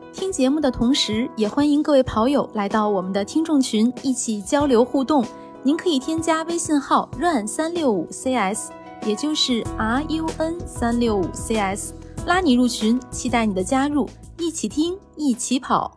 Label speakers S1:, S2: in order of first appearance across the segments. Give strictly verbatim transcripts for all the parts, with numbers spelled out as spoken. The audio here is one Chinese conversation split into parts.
S1: 听节目的同时，也欢迎各位跑友来到我们的听众群，一起交流互动。您可以添加微信号 run 三六五 C S， 也就是 R U N 三六五 C S， 拉你入群，期待你的加入，一起听，一起跑。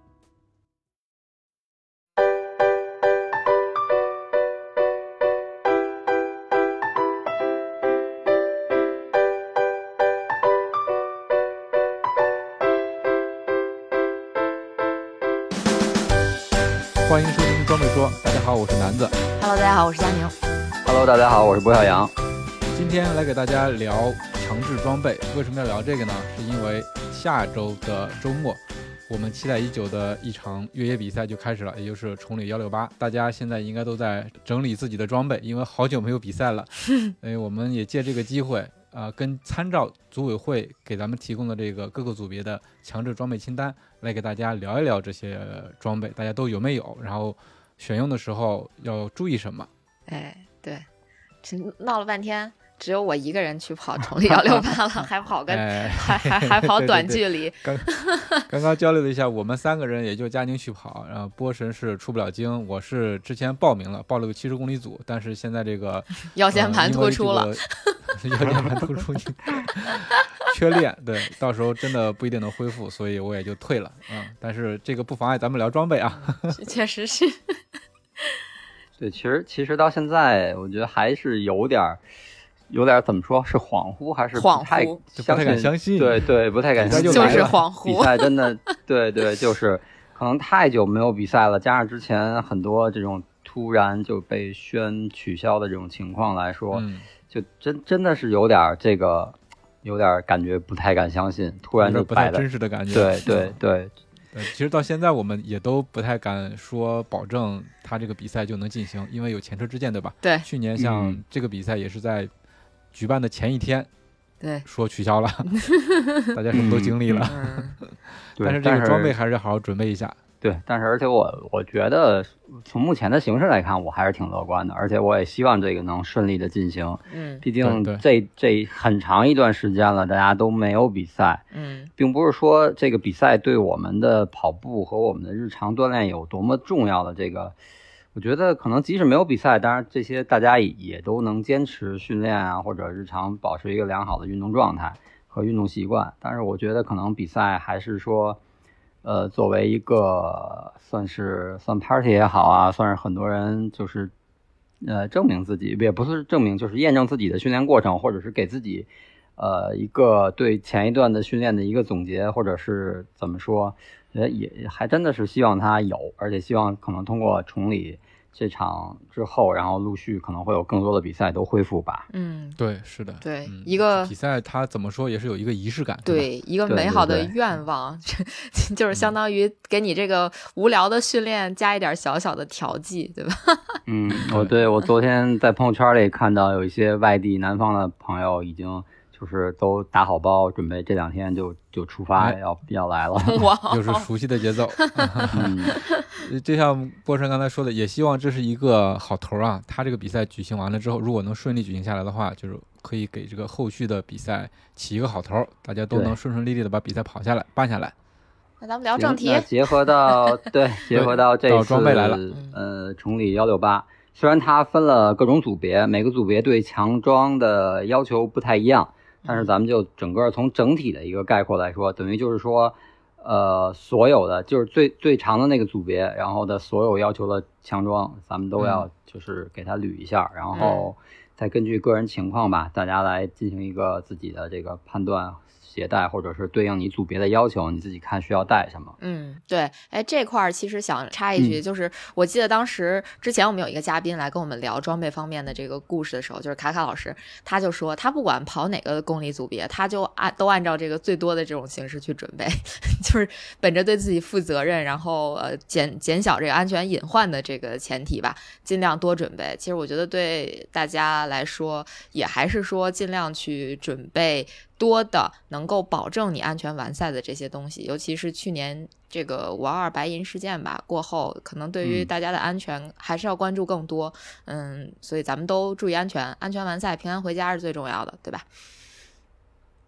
S2: 欢迎收听装备说，大家好，我是南子。
S3: Hello， 大家好，我是佳宁。
S4: Hello， 大家好，我是郭小阳。
S2: 今天来给大家聊强制装备。为什么要聊这个呢？是因为下周的周末，我们期待已久的一场越野比赛就开始了，也就是崇礼一六八。大家现在应该都在整理自己的装备，因为好久没有比赛了。所以我们也借这个机会。呃，跟参照组委会给咱们提供的这个各个组别的强制装备清单，来给大家聊一聊这些装备，大家都有没有？然后选用的时候要注意什么？
S3: 哎，对，闹了半天，只有我一个人去跑崇礼一六八了，还跑个、哎、还还还跑短距离。
S2: 对对对刚刚刚交流了一下，我们三个人也就佳宁去跑，然后波神是出不了京，我是之前报名了，报了个七十公里组，但是现在这个
S3: 腰间盘突出了。呃
S2: 腰间盘突出缺练，对，到时候真的不一定能恢复，所以我也就退了。嗯，但是这个不妨碍咱们聊装备啊。
S3: 确实是。
S4: 对，其实其实到现在，我觉得还是有点有点怎么说，是恍惚还是不太
S3: 恍
S2: 惚，不太敢相信。
S4: 对对，不太敢相信，
S3: 就是恍惚。
S4: 比赛真的，对对，就是可能太久没有比赛了，加上之前很多这种突然就被宣取消的这种情况来说。嗯，就真真的是有点这个，有点感觉不太敢相信，突然就
S2: 不太真实的感觉。
S4: 对对对，
S2: 对，其实到现在我们也都不太敢说保证他这个比赛就能进行，因为有前车之鉴，对吧？
S3: 对。
S2: 去年像这个比赛也是在举办的前一天，
S3: 对，
S2: 说取消了，大家什么都经历了。
S4: 嗯、
S2: 但是这个装备还是好好准备一下。
S4: 对，但是而且我我觉得从目前的形势来看，我还是挺乐观的，而且我也希望这个能顺利的进行。
S3: 嗯，
S4: 毕竟这这很长一段时间了，大家都没有比赛。
S3: 嗯，
S4: 并不是说这个比赛对我们的跑步和我们的日常锻炼有多么重要的这个，我觉得可能即使没有比赛，当然这些大家也也都能坚持训练啊，或者日常保持一个良好的运动状态和运动习惯。但是我觉得可能比赛还是说。呃，作为一个算是算 party 也好啊，算是很多人就是呃证明自己，也不是证明，就是验证自己的训练过程，或者是给自己呃一个对前一段的训练的一个总结，或者是怎么说，呃也还真的是希望他有，而且希望可能通过崇礼这场之后，然后陆续可能会有更多的比赛都恢复吧。
S3: 嗯，
S2: 对，是的，
S3: 对、
S2: 嗯、
S3: 一个
S2: 比赛它怎么说也是有一个仪式感，
S3: 对，一个美好的愿望，对对对就是相当于给你这个无聊的训练加一点小小的调剂，对吧？
S4: 嗯，我对我昨天在朋友圈里看到有一些外地南方的朋友已经。就是都打好包，准备这两天就就出发，哎、要要来了。
S3: 哇，
S2: 就是熟悉的节奏。
S4: 嗯，
S2: 就像波神刚才说的，也希望这是一个好头啊。他这个比赛举行完了之后，如果能顺利举行下来的话，就是可以给这个后续的比赛起一个好头，大家都能顺顺利利的把比赛跑下来、办下来。
S3: 那咱们聊正题。
S4: 那结合到对，结合到这次
S2: 装备来了，
S4: 呃，崇礼一六八。虽然它分了各种组别，每个组别对强装的要求不太一样。但是咱们就整个从整体的一个概括来说，等于就是说，呃，所有的就是最最长的那个组别，然后的所有要求的强装，咱们都要就是给它捋一下，嗯、然后再根据个人情况吧，大家来进行一个自己的这个判断。携带或者是对应你组别的要求，你自己看需要带什么。
S3: 嗯，对，哎，这块儿其实想插一句、嗯，就是我记得当时之前我们有一个嘉宾来跟我们聊装备方面的这个故事的时候，就是卡卡老师，他就说他不管跑哪个公里组别，他就按都按照这个最多的这种形式去准备，就是本着对自己负责任，然后呃减减小这个安全隐患的这个前提吧，尽量多准备。其实我觉得对大家来说，也还是说尽量去准备。多的能够保证你安全完赛的这些东西，尤其是去年这个五二二白银事件吧过后，可能对于大家的安全还是要关注更多。嗯，所以咱们都注意安全，安全完赛，平安回家是最重要的，对吧？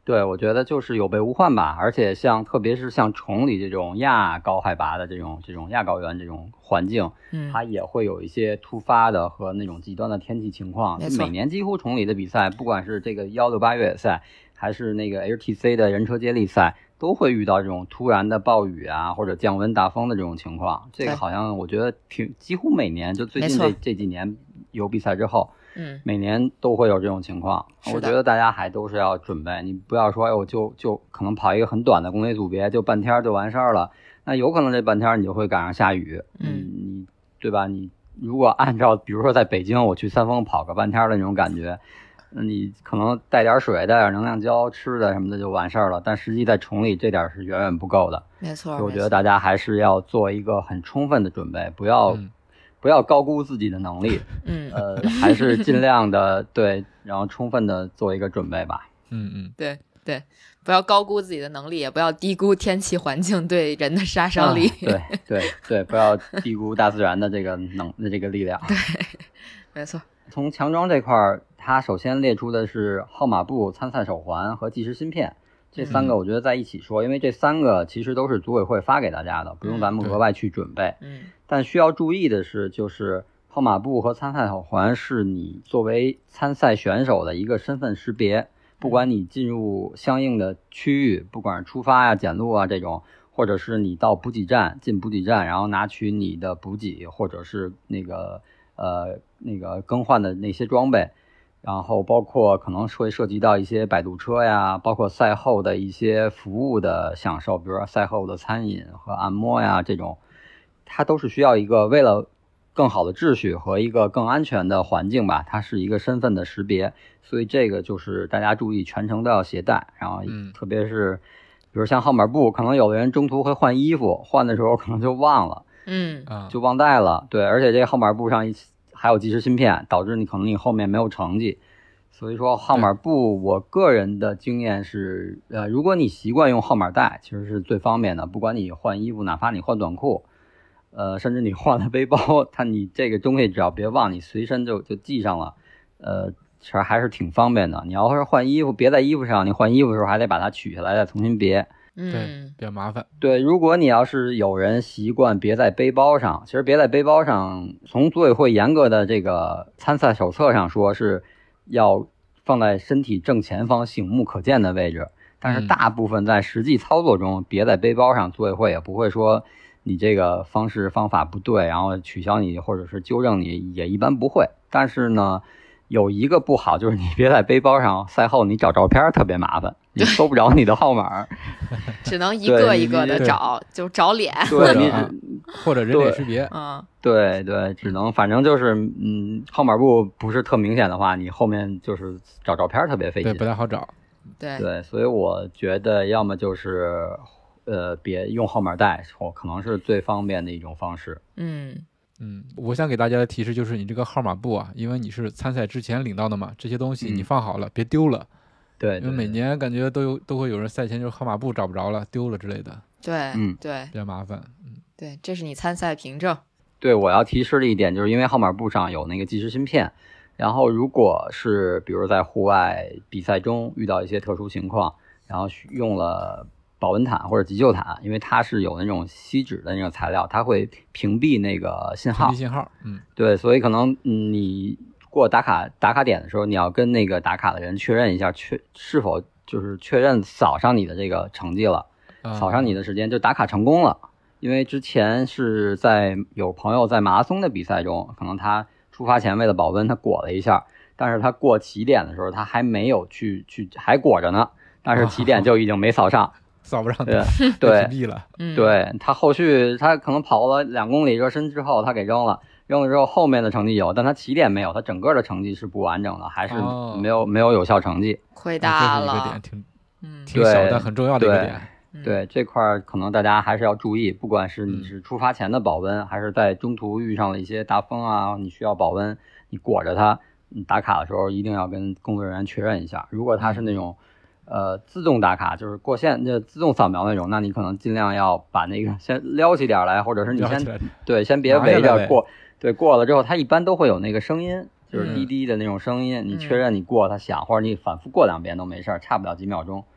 S4: 对，我觉得就是有备无患吧，而且像特别是像崇礼这种亚高海拔的这种这种亚高原这种环境，
S3: 嗯，
S4: 它也会有一些突发的和那种极端的天气情况。每年几乎崇礼的比赛，不管是这个一六八越野赛，还是那个 H T C 的人车接力赛，都会遇到这种突然的暴雨啊，或者降温大风的这种情况。这个好像我觉得挺几乎每年，就最近这这几年有比赛之后。
S3: 嗯，
S4: 每年都会有这种情况，我觉得大家还都是要准备，你不要说哎我就就可能跑一个很短的公里组别，就半天就完事儿了，那有可能这半天你就会赶上下雨，
S3: 嗯，
S4: 你对吧？你如果按照比如说在北京我去三峰跑个半天的那种感觉，你可能带点水带点能量胶吃的什么的就完事儿了，但实际在崇礼这点是远远不够的，
S3: 没错，
S4: 我觉得大家还是要做一个很充分的准备，不要、嗯不要高估自己的能力，
S3: 嗯，
S4: 呃，还是尽量的对，然后充分的做一个准备吧。
S2: 嗯嗯，
S3: 对对，不要高估自己的能力，也不要低估天气环境对人的杀伤力。
S4: 啊、对对对，不要低估大自然的这个能的这个力量。
S3: 对，没错。
S4: 从强装这块，它首先列出的是号码布、参赛手环和计时芯片。这三个我觉得在一起说、嗯、因为这三个其实都是组委会发给大家的，不用咱们额外去准备。
S3: 嗯，
S4: 但需要注意的是，就是号码布和参赛手环是你作为参赛选手的一个身份识别，不管你进入相应的区域，不管是出发呀、检录啊这种，或者是你到补给站进补给站，然后拿取你的补给，或者是那个呃那个更换的那些装备。然后包括可能会涉及到一些摆渡车呀，包括赛后的一些服务的享受，比如说赛后的餐饮和按摩呀这种，它都是需要一个为了更好的秩序和一个更安全的环境吧，它是一个身份的识别，所以这个就是大家注意全程都要携带，然后特别是比如像号码布，可能有的人中途会换衣服，换的时候可能就忘了，
S3: 嗯，
S4: 就忘带了，对，而且这个号码布上还有计时芯片，导致你可能你后面没有成绩。所以说号码布，我个人的经验是，呃，如果你习惯用号码带，其实是最方便的。不管你换衣服，哪怕你换短裤，呃，甚至你换了背包，它你这个东西只要别忘，你随身就就系上了，呃，其实还是挺方便的。你要是换衣服别在衣服上，你换衣服的时候还得把它取下来再重新别。
S3: 嗯，
S2: 对，比较麻烦。
S4: 对，如果你要是有人习惯别在背包上，其实别在背包上，从组委会严格的这个参赛手册上说是要放在身体正前方醒目可见的位置，但是大部分在实际操作中别在背包上，组委会也不会说你这个方式方法不对，然后取消你或者是纠正你，也一般不会。但是呢，有一个不好就是你别在背包上，赛后你找照片特别麻烦，你搜不着你的号码，
S3: 只能一个一个的找，就找脸，
S4: 对，你
S2: 或者人脸识别，
S3: 嗯，
S4: 对对，只能反正就是嗯，号码布不是特明显的话，你后面就是找照片特别费劲，
S2: 对，不太好找。
S3: 对
S4: 对，所以我觉得要么就是呃别用号码带，或可能是最方便的一种方式。
S3: 嗯。
S2: 嗯，我想给大家的提示就是，你这个号码布啊，因为你是参赛之前领到的嘛，这些东西你放好了，嗯、别丢了。
S4: 对，
S2: 因为每年感觉都有都会有人赛前就是号码布找不着了，丢了之类的。
S3: 对，
S4: 嗯，
S3: 对，
S2: 比较麻烦。嗯，
S3: 对，这是你参赛凭证。
S4: 对，我要提示的一点就是因为号码布上有那个计时芯片，然后如果是比如在户外比赛中遇到一些特殊情况，然后用了保温毯或者急救毯，因为它是有那种锡纸的那种材料，它会屏蔽那个信号。
S2: 屏蔽信号，嗯，
S4: 对，所以可能嗯你过打卡打卡点的时候，你要跟那个打卡的人确认一下，确是否就是确认扫上你的这个成绩了，
S2: 嗯、
S4: 扫上你的时间就打卡成功了。因为之前是在有朋友在马拉松的比赛中，可能他出发前为了保温，他裹了一下，但是他过起点的时候，他还没有去去还裹着呢，但是起点就已经没扫上。
S2: 扫不上，
S4: 对对，
S2: 屏蔽了。
S3: 嗯，
S4: 对，他后续他可能跑了两公里热身之后，他给扔了，扔了之后后面的成绩有，但他起点没有，他整个的成绩是不完整的，还是没有、哦、没有有效成绩，
S3: 亏大了。
S2: 这是一个点，挺嗯挺小但很重要的一个点。
S4: 对，对这块可能大家还是要注意，不管是你是出发前的保温，嗯、还是在中途遇上了一些大风啊，你需要保温，你裹着它，你打卡的时候一定要跟工作人员确认一下，如果他是那种。呃，自动打卡就是过线，就自动扫描那种，那你可能尽量要把那个先撩起点来，或者是你先对，先别围着过，对，过了之后，它一般都会有那个声音，就是滴滴的那种声音，嗯、你确认你过它响，或者你反复过两遍都没事，差不了几秒钟。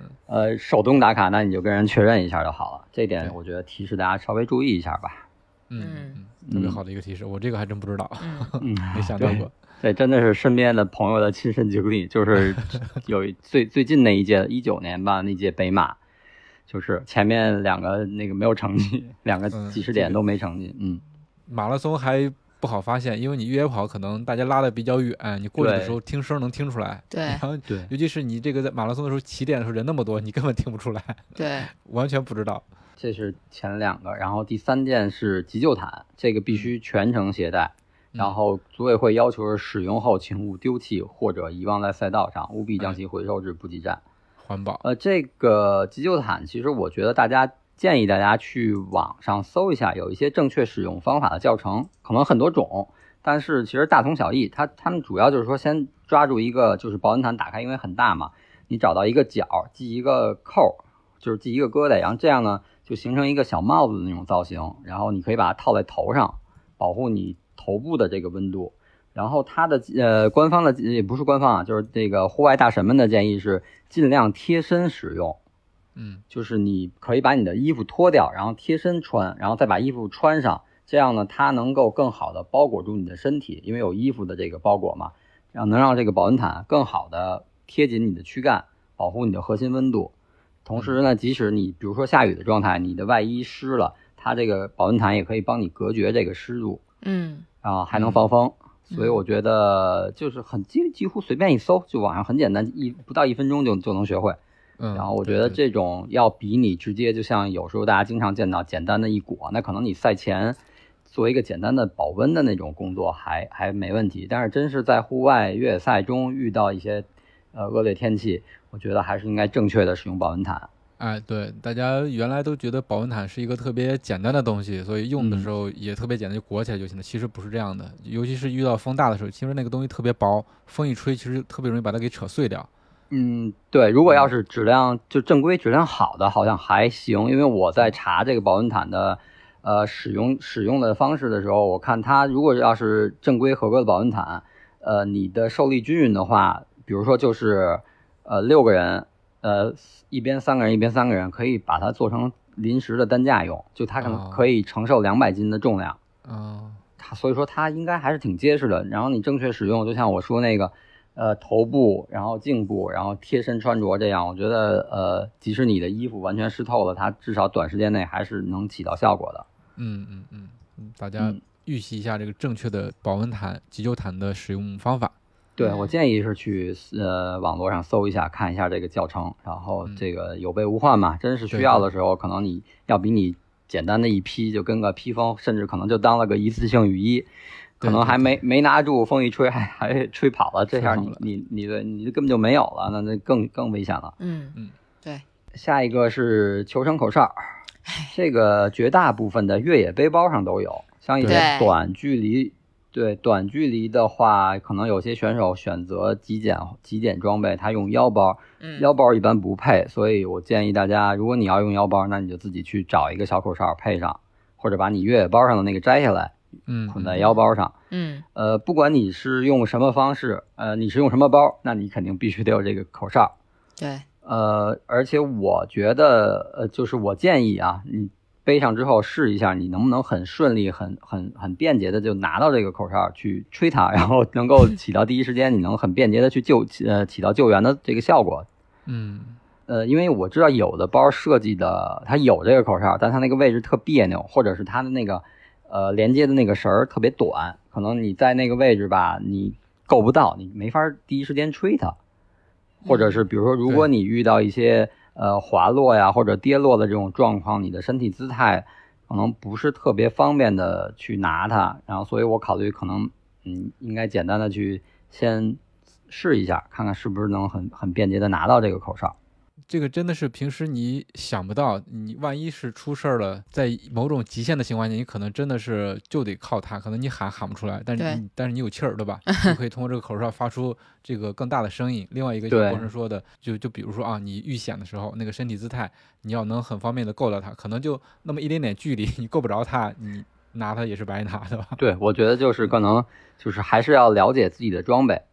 S4: 呃，手动打卡，那你就跟人确认一下就好了。这点我觉得提示大家稍微注意一下吧。
S2: 嗯嗯，特别好的一个提示，我这个还真不知道，
S3: 嗯，
S2: 没想到过。
S4: 对，真的是身边的朋友的亲身经历，就是有最最近那一届一九年吧，那届北马，就是前面两个那个没有成绩，两个几十点都没成绩。嗯，
S2: 马拉松还不好发现，因为你越野跑可能大家拉的比较远，你过去的时候听声能听出来。
S3: 对，
S2: 然后
S4: 对，
S2: 尤其是你这个在马拉松的时候起点的时候人那么多，你根本听不出来。
S3: 对，
S2: 完全不知道。
S4: 这是前两个，然后第三件是急救毯，这个必须全程携带。
S2: 嗯、
S4: 然后组委会要求是使用后请勿丢弃或者遗忘在赛道上，务必将其回收至补给站。
S2: 环保。
S4: 呃，这个急救毯其实我觉得大家建议大家去网上搜一下，有一些正确使用方法的教程，可能很多种，但是其实大同小异。它他们主要就是说，先抓住一个就是保温毯打开，因为很大嘛，你找到一个角，系一个扣，就是系一个疙瘩，然后这样呢就形成一个小帽子的那种造型，然后你可以把它套在头上，保护你头部的这个温度。然后它的呃官方的也不是官方啊，就是这个户外大神们的建议是尽量贴身使用。
S2: 嗯，
S4: 就是你可以把你的衣服脱掉，然后贴身穿，然后再把衣服穿上，这样呢它能够更好的包裹住你的身体，因为有衣服的这个包裹嘛，然后能让这个保温毯更好的贴紧你的躯干，保护你的核心温度。同时呢，即使你比如说下雨的状态，你的外衣湿了，它这个保温毯也可以帮你隔绝这个湿度。
S3: 嗯，
S4: 然后还能防风。
S3: 嗯、
S4: 所以我觉得就是很几几乎随便一搜，就网上很简单，一不到一分钟就就能学会。
S2: 嗯，
S4: 然后我觉得这种要比你直接，就像有时候大家经常见到简单的一裹，那可能你赛前做一个简单的保温的那种工作还还没问题。但是真是在户外越野赛中遇到一些呃恶劣天气，我觉得还是应该正确的使用保温毯。
S2: 哎，对，大家原来都觉得保温毯是一个特别简单的东西，所以用的时候也特别简单，就裹起来就行了。其实不是这样的，尤其是遇到风大的时候，其实那个东西特别薄，风一吹，其实特别容易把它给扯碎掉。
S4: 嗯，对，如果要是质量就正规质量好的，好像还行。因为我在查这个保温毯的呃使用使用的方式的时候，我看它如果要是正规合格的保温毯，呃，你的受力均匀的话，比如说就是呃六个人。呃，一边三个人，一边三个人，可以把它做成临时的担架用，就它可能可以承受两百斤的重量。
S2: 哦，
S4: 它所以说它应该还是挺结实的。然后你正确使用，就像我说那个，呃，头部，然后颈部，然后贴身穿着这样，我觉得呃，即使你的衣服完全湿透了，它至少短时间内还是能起到效果的。
S2: 嗯嗯嗯嗯，大家预习一下这个正确的保温毯、急救毯的使用方法。
S4: 对，我建议是去呃网络上搜一下，看一下这个教程，然后这个有备无患嘛，真是需要的时候，可能你要比你简单的一批，就跟个披风，甚至可能就当了个一次性雨衣，可能还没没拿住，风一吹还还吹跑了，这下你你你的你根本就没有了，那那更更危险了。
S3: 嗯嗯，对。
S4: 下一个是求生口哨，这个绝大部分的越野背包上都有，像一些短距离。对，短距离的话，可能有些选手选择极简极简装备，他用腰包，
S3: 嗯，
S4: 腰包一般不配，所以我建议大家，如果你要用腰包，那你就自己去找一个小口哨配上，或者把你越野包上的那个摘下来，
S2: 嗯，
S4: 捆在腰包上，
S3: 嗯，
S4: 呃，不管你是用什么方式，呃，你是用什么包，那你肯定必须得有这个口哨。
S3: 对，
S4: 呃，而且我觉得，呃，就是我建议啊，你背上之后试一下，你能不能很顺利、很很很便捷的就拿到这个口哨去吹它，然后能够起到第一时间，你能很便捷的去救呃起到救援的这个效果。
S2: 嗯，
S4: 呃，因为我知道有的包设计的它有这个口哨，但它那个位置特别扭，或者是它的那个呃连接的那个绳儿特别短，可能你在那个位置吧，你够不到，你没法第一时间吹它，或者是比如说，如果你遇到一些呃滑落呀或者跌落的这种状况，你的身体姿态可能不是特别方便的去拿它，然后所以我考虑可能嗯应该简单的去先试一下，看看是不是能很很便捷的拿到这个口哨。
S2: 这个真的是平时你想不到，你万一是出事了，在某种极限的情况下，你可能真的是就得靠它，可能你喊喊不出来，但是你但是你有气儿，对吧？你可以通过这个口哨发出这个更大的声音。另外一个就是博士说的，就就比如说啊，你遇险的时候，那个身体姿态，你要能很方便的够到它，可能就那么一点点距离，你够不着它，你拿它也是白拿的吧？
S4: 对，我觉得就是可能就是还是要了解自己的装备。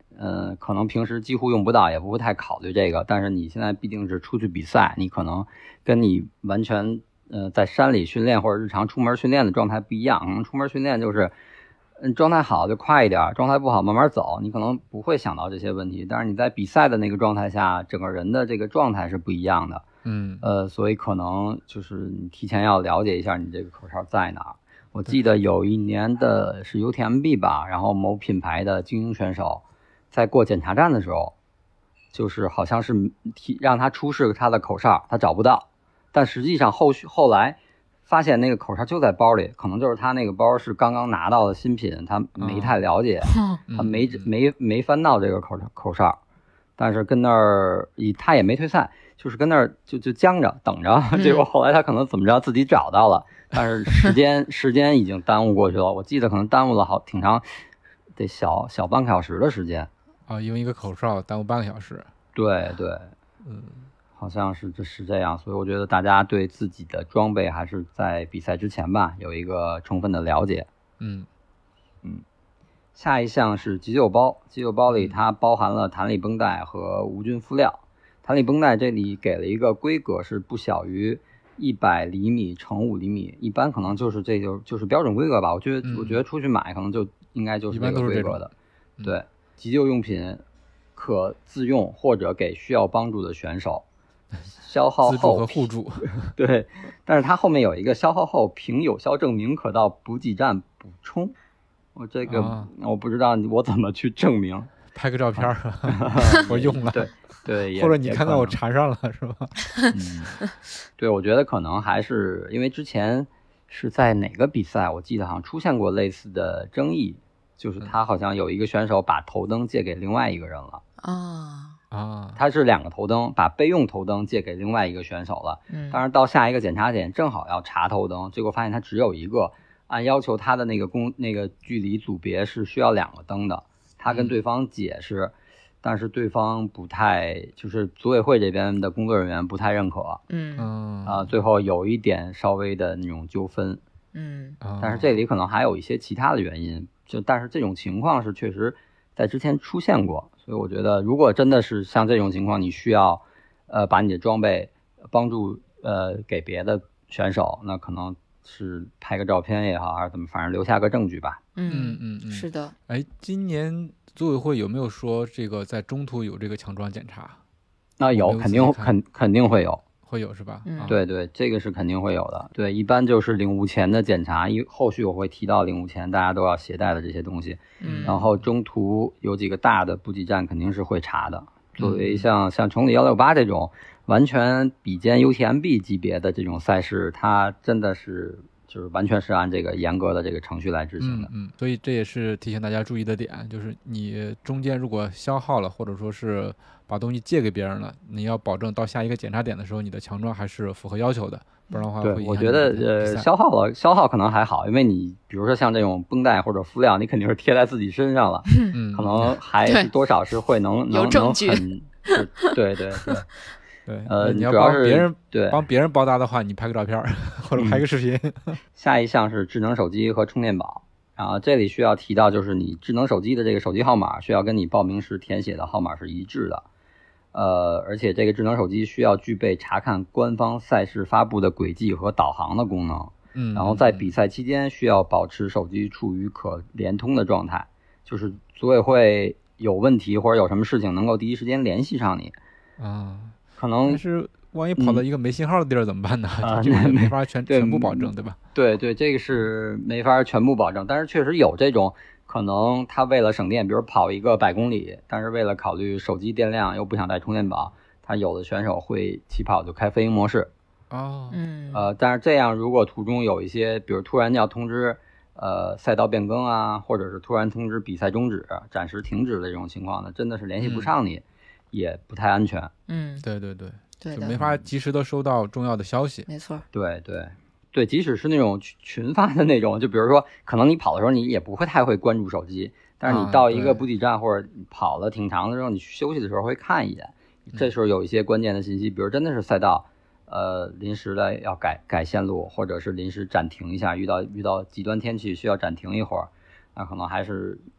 S4: 呃，可能平时几乎用不到，也不会太考虑这个。但是你现在毕竟是出去比赛，你可能跟你完全呃在山里训练或者日常出门训练的状态不一样。可能出门训练就是，嗯，状态好就快一点，状态不好慢慢走，你可能不会想到这些问题。但是你在比赛的那个状态下，整个人的这个状态是不一样的。
S2: 嗯，
S4: 呃，所以可能就是你提前要了解一下你这个口哨在哪儿。我记得有一年的是 U T M B 吧，然后某品牌的精英选手在过检查站的时候，就是好像是提让他出示他的口哨，他找不到，但实际上后续后来发现那个口哨就在包里，可能就是他那个包是刚刚拿到的新品，他没太了解，
S3: 嗯、
S4: 他没没没翻到这个口口哨，但是跟那儿他也没退赛，就是跟那儿就就僵着等着，结果后来他可能怎么着自己找到了，但是时间时间已经耽误过去了，我记得可能耽误了好挺长，得小小半个小时的时间
S2: 啊，因为一个口哨耽误半个小时。
S4: 对对，
S2: 嗯，
S4: 好像是这是这样，所以我觉得大家对自己的装备还是在比赛之前吧有一个充分的了解。
S2: 嗯
S4: 嗯，下一项是急救包，急救包里它包含了弹力绷带和无菌敷料。弹力绷带这里给了一个规格是不小于一百厘米乘五厘米，一般可能就是这就就是标准规格吧。我觉得、嗯、我觉得出去买可能就应该就是这个规格的。对，急救用品可自用或者给需要帮助的选手。消耗后
S2: 自助和互助。
S4: 对，但是它后面有一个消耗后凭有效证明可到补给站补充。我这个、啊、我不知道我怎么去证明。
S2: 拍个照片、啊、我用了。
S4: 对对，
S2: 或者你看到我缠上了是吧？
S4: 嗯，对，我觉得可能还是因为之前是在哪个比赛，我记得好像出现过类似的争议，就是他好像有一个选手把头灯借给另外一个人了
S3: 啊
S2: 啊，
S4: 他是两个头灯，把备用头灯借给另外一个选手了。
S3: 嗯，
S4: 当然到下一个检查点正好要查头灯，结果发现他只有一个，按要求他的那个公那个距离组别是需要两个灯的，他跟对方解释。嗯，但是对方不太，就是组委会这边的工作人员不太认可，
S3: 嗯
S4: 啊，最后有一点稍微的那种纠纷，
S3: 嗯，
S4: 但是这里可能还有一些其他的原因，就但是这种情况是确实在之前出现过，所以我觉得如果真的是像这种情况，你需要呃把你的装备帮助呃给别的选手，那可能是拍个照片也好，还是怎么，反正留下个证据吧。
S3: 嗯
S2: 嗯嗯，
S3: 是的。
S2: 哎，今年组委会有没有说这个在中途有这个强装检查？
S4: 那有，肯定肯肯定会有，
S2: 会有是吧？
S3: 嗯，
S4: 对对，这个是肯定会有的。对，一般就是领物前的检查，一后续我会提到领物前大家都要携带的这些东西。
S3: 嗯，
S4: 然后中途有几个大的补给站肯定是会查的。作为像、嗯、像崇礼一六八这种完全比肩 U T M B 级别的这种赛事，它真的是。就是完全是按这个严格的这个程序来执行的。
S2: 嗯，嗯，所以这也是提醒大家注意的点，就是你中间如果消耗了，或者说是把东西借给别人了，你要保证到下一个检查点的时候，你的强装还是符合要求的，不然的话会影响你的比赛。
S4: 对，我觉得呃消耗了消耗可能还好，因为你比如说像这种绷带或者敷料，你肯定是贴在自己身上了，
S2: 嗯，
S4: 可能还是多少是会能能
S3: 有证据。
S4: 能很对对对。
S2: 对，
S4: 呃，
S2: 你要帮别人
S4: 对
S2: 帮别人包搭的话，你拍个照片或者拍个视频。
S4: 嗯、下一项是智能手机和充电宝，然后这里需要提到，就是你智能手机的这个手机号码需要跟你报名时填写的号码是一致的，呃，而且这个智能手机需要具备查看官方赛事发布的轨迹和导航的功能，
S2: 嗯，
S4: 然后在比赛期间需要保持手机处于可联通的状态，就是组委会有问题或者有什么事情能够第一时间联系上你
S2: 啊。
S4: 可能
S2: 但是万一跑到一个没信号的地儿怎么办呢？
S4: 啊、
S2: 这个没法全
S4: 全
S2: 部保证，对吧？
S4: 对对，这个是没法全部保证，但是确实有这种可能，他为了省电，比如跑一个百公里，但是为了考虑手机电量又不想带充电宝，他有的选手会起跑就开飞行模式。
S2: 哦，
S3: 嗯，
S4: 呃，但是这样如果途中有一些，比如突然要通知呃赛道变更啊，或者是突然通知比赛终止、暂时停止的这种情况呢，真的是联系不上你。嗯，也不太安全。
S3: 嗯，
S2: 对对对，
S3: 对，
S2: 就没法及时的收到重要的消息。
S3: 没错，
S4: 对对对，即使是那种群发的那种，就比如说，可能你跑的时候你也不会太会关注手机，但是你到一个补给站或者跑了挺长的时候，你休息的时候会看一眼，这时候有一些关键的信息，比如真的是赛道，呃，临时的要改改线路，或者是临时暂停一下，遇到遇到极端天气需要暂停一会儿，那可能还是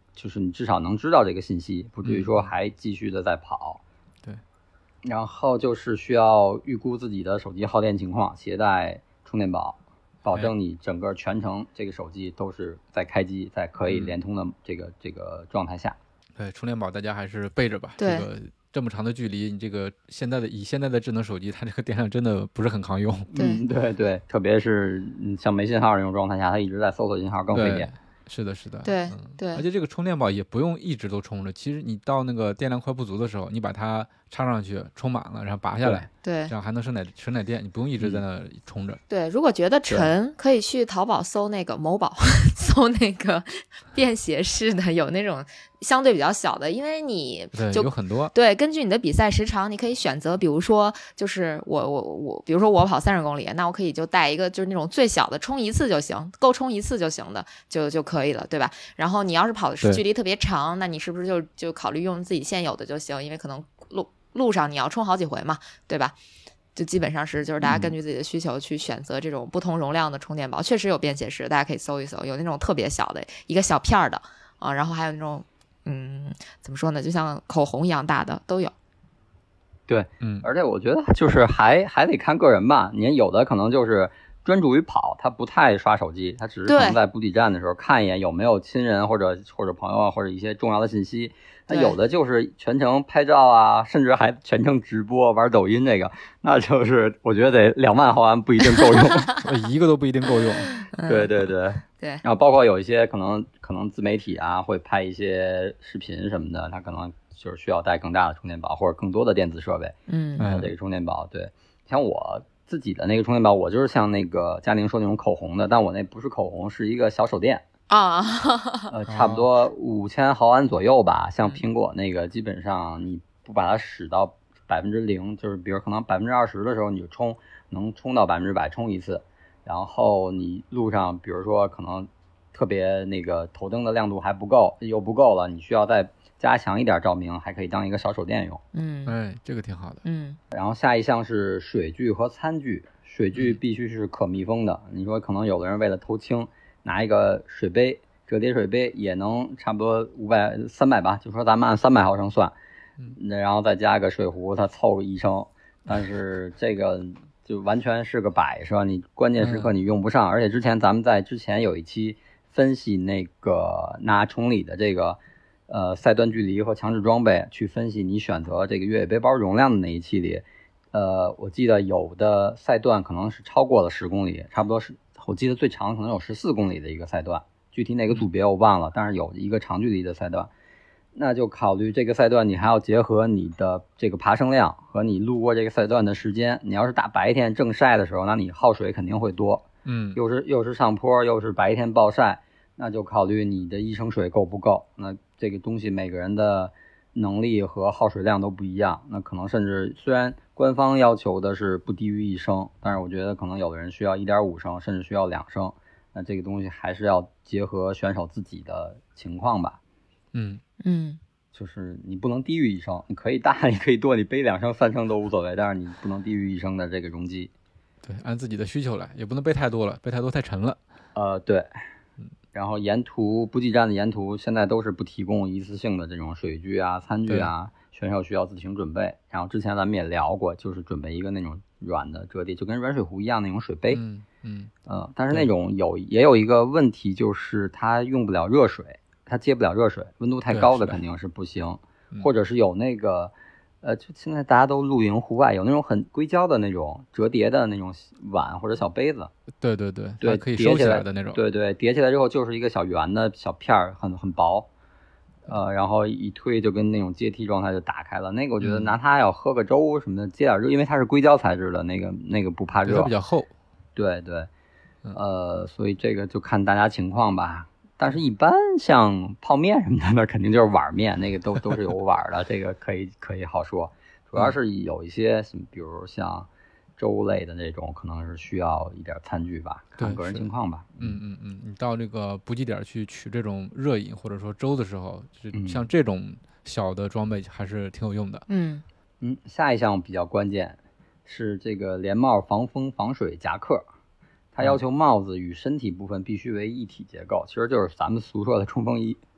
S4: 就是你至少能知道这个信息，不至于说还继续的在跑。
S2: 对。
S4: 然后就是需要预估自己的手机耗电情况，携带充电宝，保证你整个全程这个手机都是在开机，在可以连通的这个、嗯、这个状态下。
S2: 对，充电宝大家还是备着吧。
S3: 对。
S2: 这个这么长的距离，你这个现在的以现在的智能手机，它这个电量真的不是很抗用。
S3: 对、
S4: 嗯、对对，特别是像没信号这种状态下，它一直在搜索信号更费电。
S2: 是的，是的，
S3: 对、
S2: 嗯、
S3: 对，
S2: 而且这个充电宝也不用一直都充着，其实你到那个电量快不足的时候，你把它插上去，充满了，然后拔下来，
S3: 对，
S2: 这样还能省点省点电，你不用一直在那充着。
S3: 对，如果觉得沉，可以去淘宝搜那个某宝，搜那个便携式的，有那种相对比较小的，因为你就
S2: 有很多。
S3: 对，根据你的比赛时长，你可以选择，比如说，就是我我我，比如说我跑三十公里，那我可以就带一个就是那种最小的，充一次就行，够充一次就行的，就就可以了，对吧？然后你要是跑的是距离特别长，那你是不是就就考虑用自己现有的就行？因为可能路路上你要充好几回嘛，对吧？就基本上是就是大家根据自己的需求去选择这种不同容量的充电宝，嗯、确实有便携式，大家可以搜一搜，有那种特别小的一个小片儿的啊，然后还有那种嗯怎么说呢，就像口红一样大的都有。
S4: 对，
S2: 嗯，
S4: 而且我觉得就是还还得看个人吧，你有的可能就是专注于跑，他不太刷手机，他只是可能在补给站的时候看一眼有没有亲人或者或者朋友啊，或者一些重要的信息。他有的就是全程拍照啊，甚至还全程直播玩抖音，这个那就是我觉得得两万毫安不一定够用，
S2: 一个都不一定够用。
S4: 对对对
S3: 对，
S4: 然后包括有一些可能可能自媒体啊会拍一些视频什么的，他可能就是需要带更大的充电宝或者更多的电子设备。
S3: 嗯，
S4: 这个充电宝，对，像我自己的那个充电宝，我就是像那个嘉宁说那种口红的，但我那不是口红，是一个小手电。
S3: 啊，
S4: 呃，差不多五千毫安左右吧。像苹果那个，基本上你不把它使到百分之零，就是比如可能百分之二十的时候，你就充能充到百分之百充一次。然后你路上，比如说可能特别那个头灯的亮度还不够，又不够了，你需要再加强一点照明，还可以当一个小手电用。
S3: 嗯，
S2: 哎，这个挺好的。
S3: 嗯，
S4: 然后下一项是水具和餐具，水具必须是可密封的。你说可能有的人为了偷轻，拿一个水杯，折叠水杯也能差不多五百三百吧，就说咱们按三百毫升算，嗯，然后再加个水壶，它凑个一升，但是这个就完全是个摆设，你关键时刻你用不上。嗯、而且之前咱们在之前有一期分析那个拿崇礼的这个呃赛段距离和强制装备，去分析你选择这个越野背包容量的那一期里，呃，我记得有的赛段可能是超过了十公里，差不多是。我记得最长可能有十四公里的一个赛段，具体哪个组别我忘了，但是有一个长距离的赛段，那就考虑这个赛段你还要结合你的这个爬升量和你路过这个赛段的时间。你要是大白天正晒的时候，那你耗水肯定会多，
S2: 嗯，
S4: 又是又是上坡又是白天暴晒，那就考虑你的一升水够不够。那这个东西每个人的能力和耗水量都不一样，那可能甚至虽然官方要求的是不低于一升，但是我觉得可能有的人需要 一点五升，甚至需要两升。那这个东西还是要结合选手自己的情况吧。
S2: 嗯
S3: 嗯，
S4: 就是你不能低于一升，你可以大，你可以多，你背两升、三升都无所谓，但是你不能低于一升的这个容积。
S2: 对，按自己的需求来，也不能背太多了，背太多太沉了。
S4: 呃，对。然后沿途补给站的沿途现在都是不提供一次性的这种水具啊、餐具啊，选手需要自行准备。然后之前咱们也聊过，就是准备一个那种软的折叠，就跟软水壶一样那种水杯。
S2: 嗯嗯。
S4: 呃，但是那种有也有一个问题，就是它用不了热水，它接不了热水，温度太高的肯定是不行。或者是有那个呃，就现在大家都露营户外，有那种很硅胶的那种折叠的那种碗或者小杯子。
S2: 对对对
S4: 对，
S2: 可以收起来的那种。
S4: 对对，叠起来之后就是一个小圆的小片儿，很很薄，呃，然后一推就跟那种阶梯状态就打开了。那个我觉得拿它要喝个粥什么的，接点热，因为它是硅胶材质的，那个那个不怕热，
S2: 它比较厚。
S4: 对对，呃，所以这个就看大家情况吧。但是一般像泡面什么的，那肯定就是碗面，那个都都是有碗的，这个可以可以好说。主要是有一些，比如像粥类的那种，可能是需要一点餐具吧，看个人情况吧。
S2: 嗯嗯嗯，你到这个补给点去取这种热饮或者说粥的时候，就像这种小的装备还是挺有用的。
S3: 嗯
S4: 嗯，下一项比较关键是这个连帽防风防水夹克。它要求帽子与身体部分必须为一体结构，其实就是咱们俗说的冲锋衣。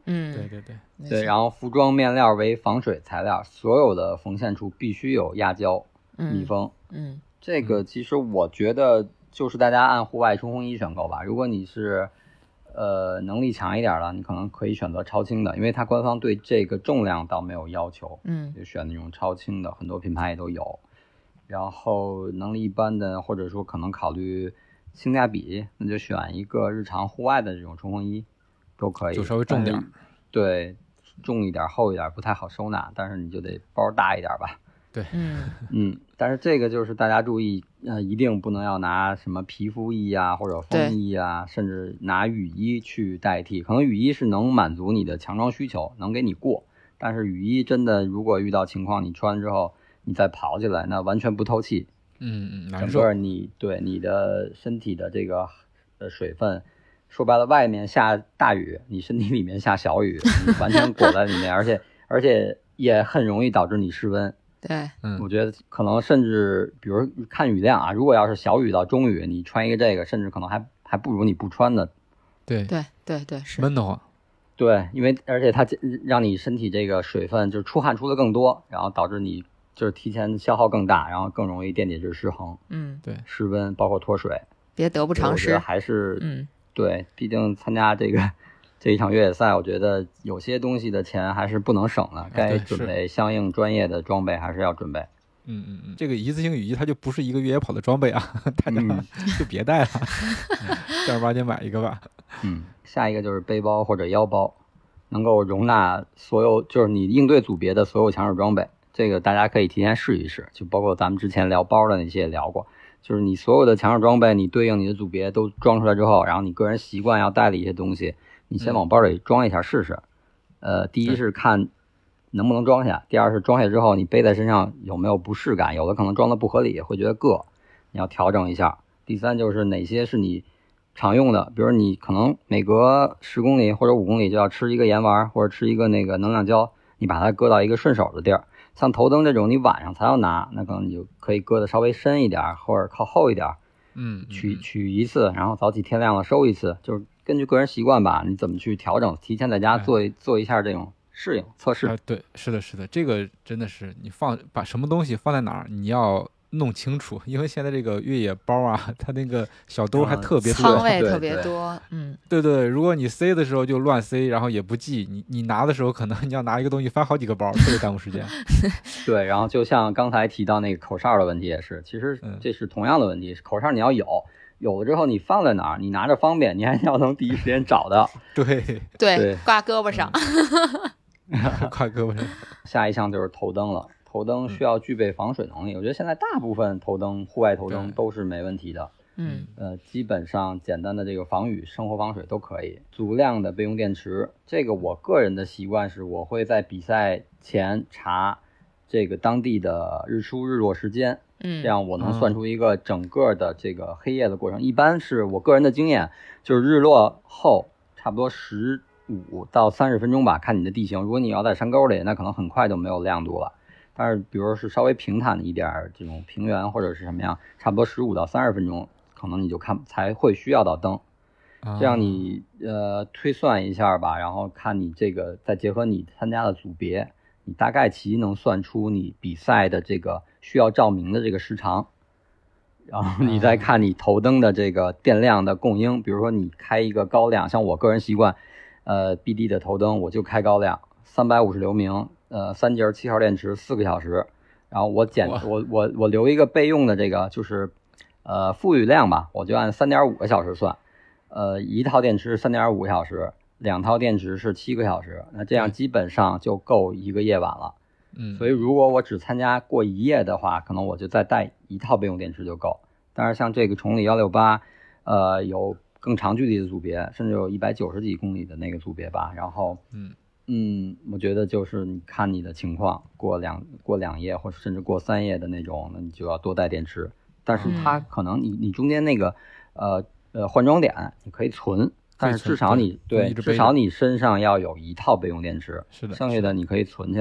S3: 嗯，
S2: 对对对
S4: 对，然后服装面料为防水材料，所有的缝线处必须有压胶密封。
S3: 嗯，
S4: 这个其实我觉得就是大家按户外冲锋衣选购吧。如果你是呃能力强一点的，你可能可以选择超轻的，因为它官方对这个重量倒没有要求，
S3: 嗯，
S4: 就选那种超轻的，很多品牌也都有。然后能力一般的，或者说可能考虑性价比，那就选一个日常户外的这种冲锋衣都可以，
S2: 就稍微重点，
S4: 对，重一点厚一点不太好收纳，但是你就得包大一点吧。
S2: 对，
S3: 嗯
S4: 嗯，但是这个就是大家注意，呃，一定不能要拿什么皮肤衣啊或者风衣啊，甚至拿雨衣去代替。可能雨衣是能满足你的强装需求，能给你过，但是雨衣真的如果遇到情况，你穿之后你再跑起来，那完全不透气。
S2: 嗯嗯，难受。
S4: 整个你对你的身体的这个呃水分，说白了，外面下大雨，你身体里面下小雨，你完全裹在里面，而且而且也很容易导致你失温。
S3: 对，
S2: 嗯，
S4: 我觉得可能甚至比如看雨量啊，如果要是小雨到中雨，你穿一个这个，甚至可能还还不如你不穿呢。
S2: 对
S3: 对对对，是
S2: 闷得慌。
S4: 对，因为而且它让你身体这个水分就是出汗出的更多，然后导致你就是提前消耗更大，然后更容易电解质失衡。
S3: 嗯，
S2: 对，
S4: 失温包括脱水，
S3: 别得不偿失。
S4: 还是
S3: 嗯，
S4: 对，毕竟参加这个这一场越野赛，我觉得有些东西的钱还是不能省的，该准备相应专业的装备还是要准备。
S2: 嗯嗯嗯，这个一次性雨衣它就不是一个越野跑的装备啊，大家就别带了，正儿八经买一个吧。
S4: 嗯，下一个就是背包或者腰包，能够容纳所有就是你应对组别的所有强手装备。这个大家可以提前试一试，就包括咱们之前聊包的那些也聊过，就是你所有的强手装备，你对应你的组别都装出来之后，然后你个人习惯要带的一些东西，你先往包里装一下试试。呃，第一是看能不能装下，第二是装下之后你背在身上有没有不适感，有的可能装的不合理，会觉得硌，你要调整一下。第三就是哪些是你常用的，比如你可能每隔十公里或者五公里就要吃一个盐丸或者吃一个那个能量胶，你把它搁到一个顺手的地儿。像头灯这种你晚上才要拿，那可能你就可以搁的稍微深一点或者靠后一点，
S2: 嗯，
S4: 取取一次，然后早起天亮了收一次，就是根据个人习惯吧，你怎么去调整，提前在家做一、哎、做一下这种适应测试、
S2: 啊。对，是的，是的，这个真的是你放把什么东西放在哪儿，你要弄清楚，因为现在这个越野包啊，它那个小兜还特别多，
S3: 仓位特别多，嗯，
S2: 对对，如果你塞的时候就乱塞，然后也不记，你你拿的时候可能你要拿一个东西翻好几个包，特别耽误时间。
S4: 对，然后就像刚才提到那个口哨的问题也是，其实这是同样的问题，口哨你要有。有了之后你放在哪儿，你拿着方便，你还要能第一时间找到。
S2: 对
S3: 对，挂胳膊上。
S2: 挂胳膊上。
S4: 下一项就是头灯了，头灯需要具备防水能力、嗯、我觉得现在大部分头灯户外头灯都是没问题的。
S3: 嗯，
S4: 呃，基本上简单的这个防雨生活防水都可以。足量的备用电池，这个我个人的习惯是我会在比赛前查这个当地的日出日落时间，
S3: 嗯，
S4: 这样我能算出一个整个的这个黑夜的过程、嗯、一般是我个人的经验就是日落后差不多十五到三十分钟吧，看你的地形，如果你要在山沟里那可能很快就没有亮度了，但是比如是稍微平坦的一点这种平原或者是什么样，差不多十五到三十分钟可能你就看才会需要到灯，这样你呃推算一下吧，然后看你这个再结合你参加的组别，你大概其能算出你比赛的这个需要照明的这个时长，然后你再看你头灯的这个电量的供应，比如说你开一个高亮，像我个人习惯呃 B D 的头灯我就开高亮三百五十流明，呃三节七号电池四个小时，然后我减我我我留一个备用的这个就是呃富裕量吧，我就按 三点五 个小时算，呃一套电池是 三点五 个小时，两套电池是七个小时，那这样基本上就够一个夜晚了。
S2: 嗯，
S4: 所以如果我只参加过一夜的话，可能我就再带一套备用电池就够。但是像这个崇礼一六八呃有更长距离的组别，甚至有一百九十几公里的那个组别吧，然后
S2: 嗯
S4: 嗯我觉得就是你看你的情况，过两过两夜或者甚至过三夜的那种，那你就要多带电池。但是它可能你你中间那个呃呃换装点你可以存，但是至少你 对, 对至少你身上要有一套备用电池，
S2: 是的，
S4: 剩下的你可以存起来。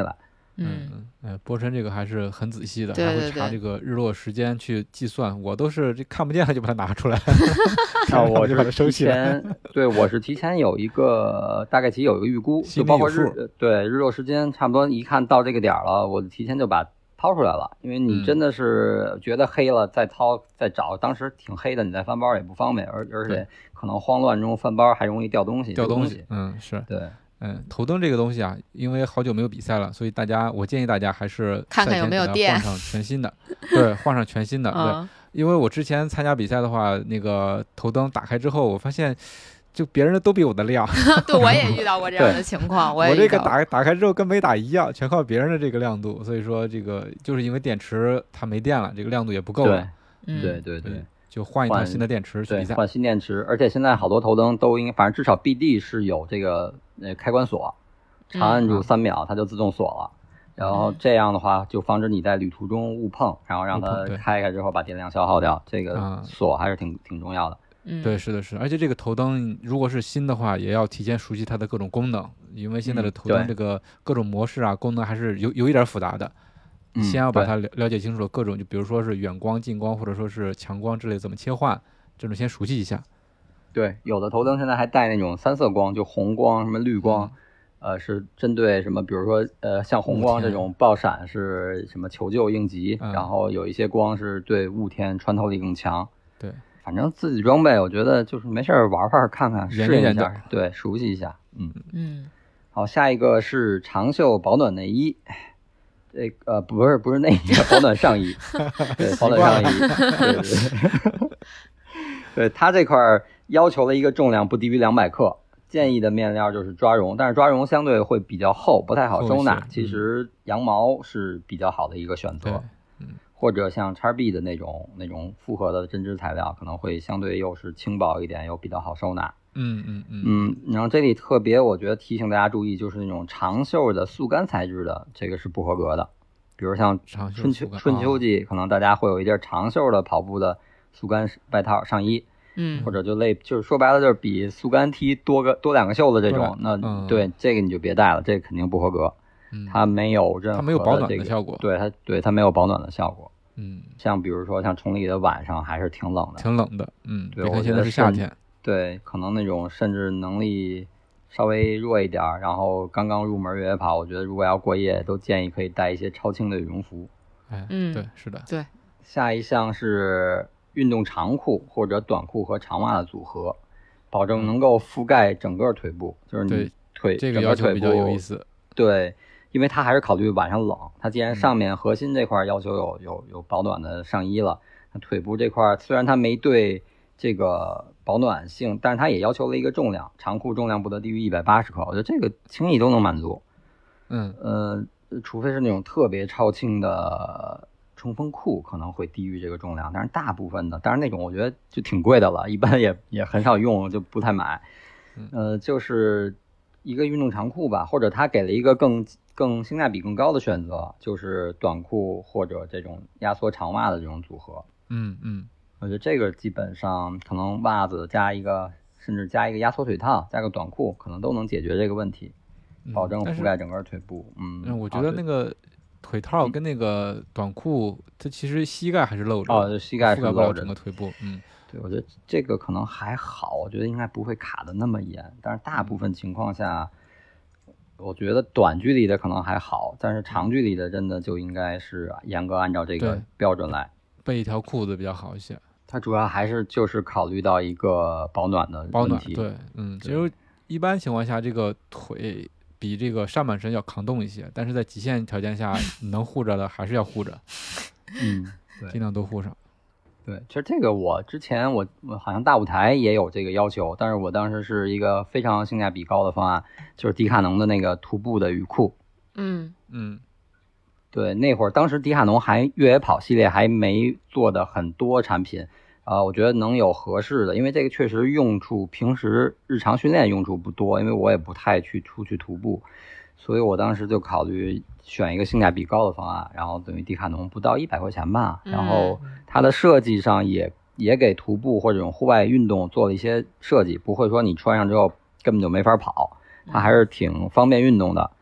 S3: 嗯
S2: 嗯，哎，波神这个还是很仔细的，
S3: 对对对
S2: 还会查这个日落时间去计算。我都是这看不见了就把它拿出来，
S4: 啊，我
S2: 就把它收
S4: 提
S2: 起来。
S4: 前，对，我是提前有一个大概其有一个预估，
S2: 心里
S4: 就包括
S2: 有数
S4: 日对日落时间，差不多一看到这个点儿了，我提前就把掏出来了，因为你
S2: 嗯
S4: 真的是觉得黑了再掏再找，当时挺黑的，你再翻包也不方便，而而且
S2: 对
S4: 可能慌乱中翻包还容易掉东西，丢东
S2: 掉东西，嗯，是，
S4: 对。
S2: 嗯，头灯这个东西啊，因为好久没有比赛了，所以大家我建议大家还是
S3: 看看有没有电
S2: 换上全新的，对，换上全新的，对，
S3: 嗯
S2: 因为我之前参加比赛的话，那个头灯打开之后，我发现就别人的都比我的亮，
S3: 对，我也遇到过这样的情况，我也
S2: 我这个
S3: 遇到过
S2: 打打开之后跟没打一样，全靠别人的这个亮度，所以说这个就是因为电池它没电了，这个亮度也不够
S4: 对
S2: 了，
S3: 嗯
S4: 对对对，
S2: 就换一套
S4: 换
S2: 新的电池去比赛。
S4: 对换新电池，而且现在好多头灯都应该，反正至少 B D 是有这个呃开关锁，长按住三秒它就自动锁了。然后这样的话，就防止你在旅途中误碰，然后让它
S2: 误碰对
S4: 开开之后把电量消耗掉。这个
S2: 啊
S4: 锁还是挺挺重要的。
S3: 嗯
S2: 对，是的，是的，而且这个头灯如果是新的话，也要提前熟悉它的各种功能，因为现在的
S4: 嗯
S2: 头灯
S4: 对
S2: 这个各种模式啊、功能还是有有一点复杂的。
S4: 嗯
S2: 先要把
S4: 对
S2: 它了了解清楚各种，就比如说是远光、近光，或者说是强光之类怎么切换，这种先熟悉一下。
S4: 对，有的头灯现在还带那种三色光，就红光、什么绿光，呃，是针对什么，比如说呃，像红光
S2: 雾天
S4: 这种爆闪是什么求救应急，
S2: 嗯
S4: 然后有一些光是对雾天穿透力更强。
S2: 对，
S4: 反正自己装备，我觉得就是没事儿玩玩看看，适应一
S2: 研究研究
S4: 下，对，熟悉一下。嗯，
S3: 嗯
S4: 好，下一个是长袖保暖内衣。这个呃不是不是内衣，保暖上衣，对，保暖上衣，对对对，对它这块儿要求了一个重量不低于两百克，建议的面料就是抓绒，但是抓绒相对会比较厚，不太好收纳。
S2: 厚一些
S4: 其实羊毛是比较好的一个选
S2: 对
S4: 择，，或者像 X B 的那种那种复合的针织材料，可能会相对又是轻薄一点，又比较好收纳。
S2: 嗯嗯嗯
S4: 嗯，然后这里特别我觉得提醒大家注意，就是那种长袖的速干材质的，这个是不合格的。比如像
S2: 长袖
S4: 春秋
S2: 速干
S4: 春秋季，可能大家会有一件长袖的跑步的速干外套上衣，
S3: 嗯
S4: 或者就类就是说白了就是比速干 T 多个多两个袖子这种，那、
S2: 嗯
S4: 对这个你就别带了，这个肯定不合格。
S2: 嗯，
S4: 它没有任何
S2: 它没有保暖
S4: 这个
S2: 的效果
S4: 对它对它没有保暖的效果。
S2: 嗯，
S4: 像比如说像崇礼的晚上还是挺冷的，
S2: 挺冷的，嗯，
S4: 对
S2: 别看现在
S4: 我觉得是
S2: 是夏天，
S4: 对，可能那种甚至能力稍微弱一点儿，然后刚刚入门越野跑，我觉得如果要过夜，都建议可以带一些超轻的羽绒服。
S2: 哎，
S3: 嗯
S2: 对，是的，
S3: 对，
S4: 下一项是运动长裤或者短裤和长袜的组合，保证能够覆盖整个腿部，就是你
S2: 对
S4: 腿
S2: 这个
S4: 整个腿
S2: 要求比较有
S4: 部
S2: 意思。
S4: 对，因为它还是考虑晚上冷，它既然
S2: 嗯
S4: 上面核心这块要求有有有保暖的上衣了，那腿部这块虽然它没对这个保暖性，但是它也要求了一个重量，长裤重量不得低于一百八十克，我觉得这个轻易都能满足。
S2: 嗯
S4: 呃，除非是那种特别超轻的冲锋裤可能会低于这个重量，但是大部分的，当然那种我觉得就挺贵的了，一般也也很少用，就不太买。呃，就是一个运动长裤吧，或者他给了一个更更性价比更高的选择，就是短裤或者这种压缩长袜的这种组合。
S2: 嗯嗯，
S4: 我觉得这个基本上可能袜子加一个，甚至加一个压缩腿套，加个短裤，可能都能解决这个问题，
S2: 嗯
S4: 保证
S2: 但是
S4: 覆盖整个腿部。嗯，
S2: 嗯，我觉
S4: 好对
S2: 得那个腿套跟那个短裤，它其实膝盖还是露着
S4: 哦，
S2: 的，
S4: 就膝盖是
S2: 覆盖不了
S4: 露着的。
S2: 整个腿部。嗯，
S4: 对，我觉得这个可能还好，我觉得应该不会卡的那么严，但是大部分情况下，我觉得短距离的可能还好，但是长距离的真的就应该是严格按照这个
S2: 对
S4: 标准来。
S2: 备一条裤子比较好一些，
S4: 它主要还是就是考虑到一个保暖的
S2: 保暖。
S4: 问题。
S2: 对，嗯，其
S4: 对
S2: 实一般情况下，这个腿比这个上半身要抗冻一些，但是在极限条件下，能护着的还是要护着，
S4: 嗯，对
S2: 尽量都护上。
S4: 对，其实这个我之前我我好像大舞台也有这个要求，但是我当时是一个非常性价比高的方案，就是迪卡侬的那个徒步的雨裤。
S3: 嗯
S2: 嗯
S4: 对，那会儿当时迪卡侬还越野跑系列还没做的很多产品，啊、我觉得能有合适的，因为这个确实用处平时日常训练用处不多，因为我也不太去出去徒步，所以我当时就考虑选一个性价比高的方案，然后等于迪卡侬不到一百块钱吧，然后它的设计上也也给徒步或者这种户外运动做了一些设计，不会说你穿上之后根本就没法跑，它还是挺方便运动的。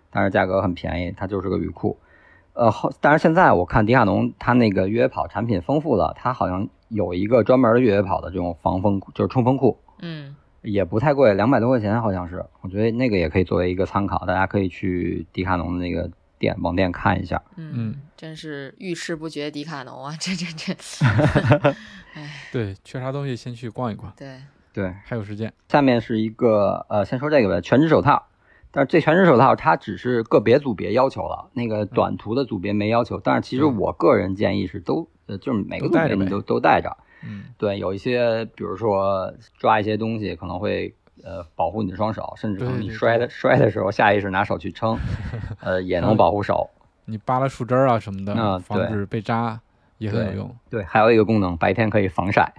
S4: 但是价格很便宜，它就是个雨裤。呃，但是现在我看迪卡侬它那个越野跑产品丰富了，它好像有一个专门的越野跑的这种防风就是冲锋裤，
S3: 嗯，
S4: 也不太贵，两百多块钱好像是，我觉得那个也可以作为一个参考，大家可以去迪卡侬的那个店网店看一下。
S3: 嗯，真是遇事不决迪卡侬啊，这这这，
S2: 对，缺啥东西先去逛一逛。
S3: 对
S4: 对，
S2: 还有时间。
S4: 下面是一个呃，先说这个呗，全职手套。但是这全职手套它只是个别组别要求了，那个短途的组别没要求。嗯、但是其实我个人建议是都呃，就是每个组别你都都带着。
S2: 嗯，
S4: 对，有一些比如说抓一些东西可能会呃保护你的双手，甚至可能你摔的摔的时候下意识拿手去撑，呃也能保护手。
S2: 你扒拉树枝啊什么的，
S4: 嗯、
S2: 防止被扎也很有用。
S4: 对，对还有一个功能，白天可以防晒。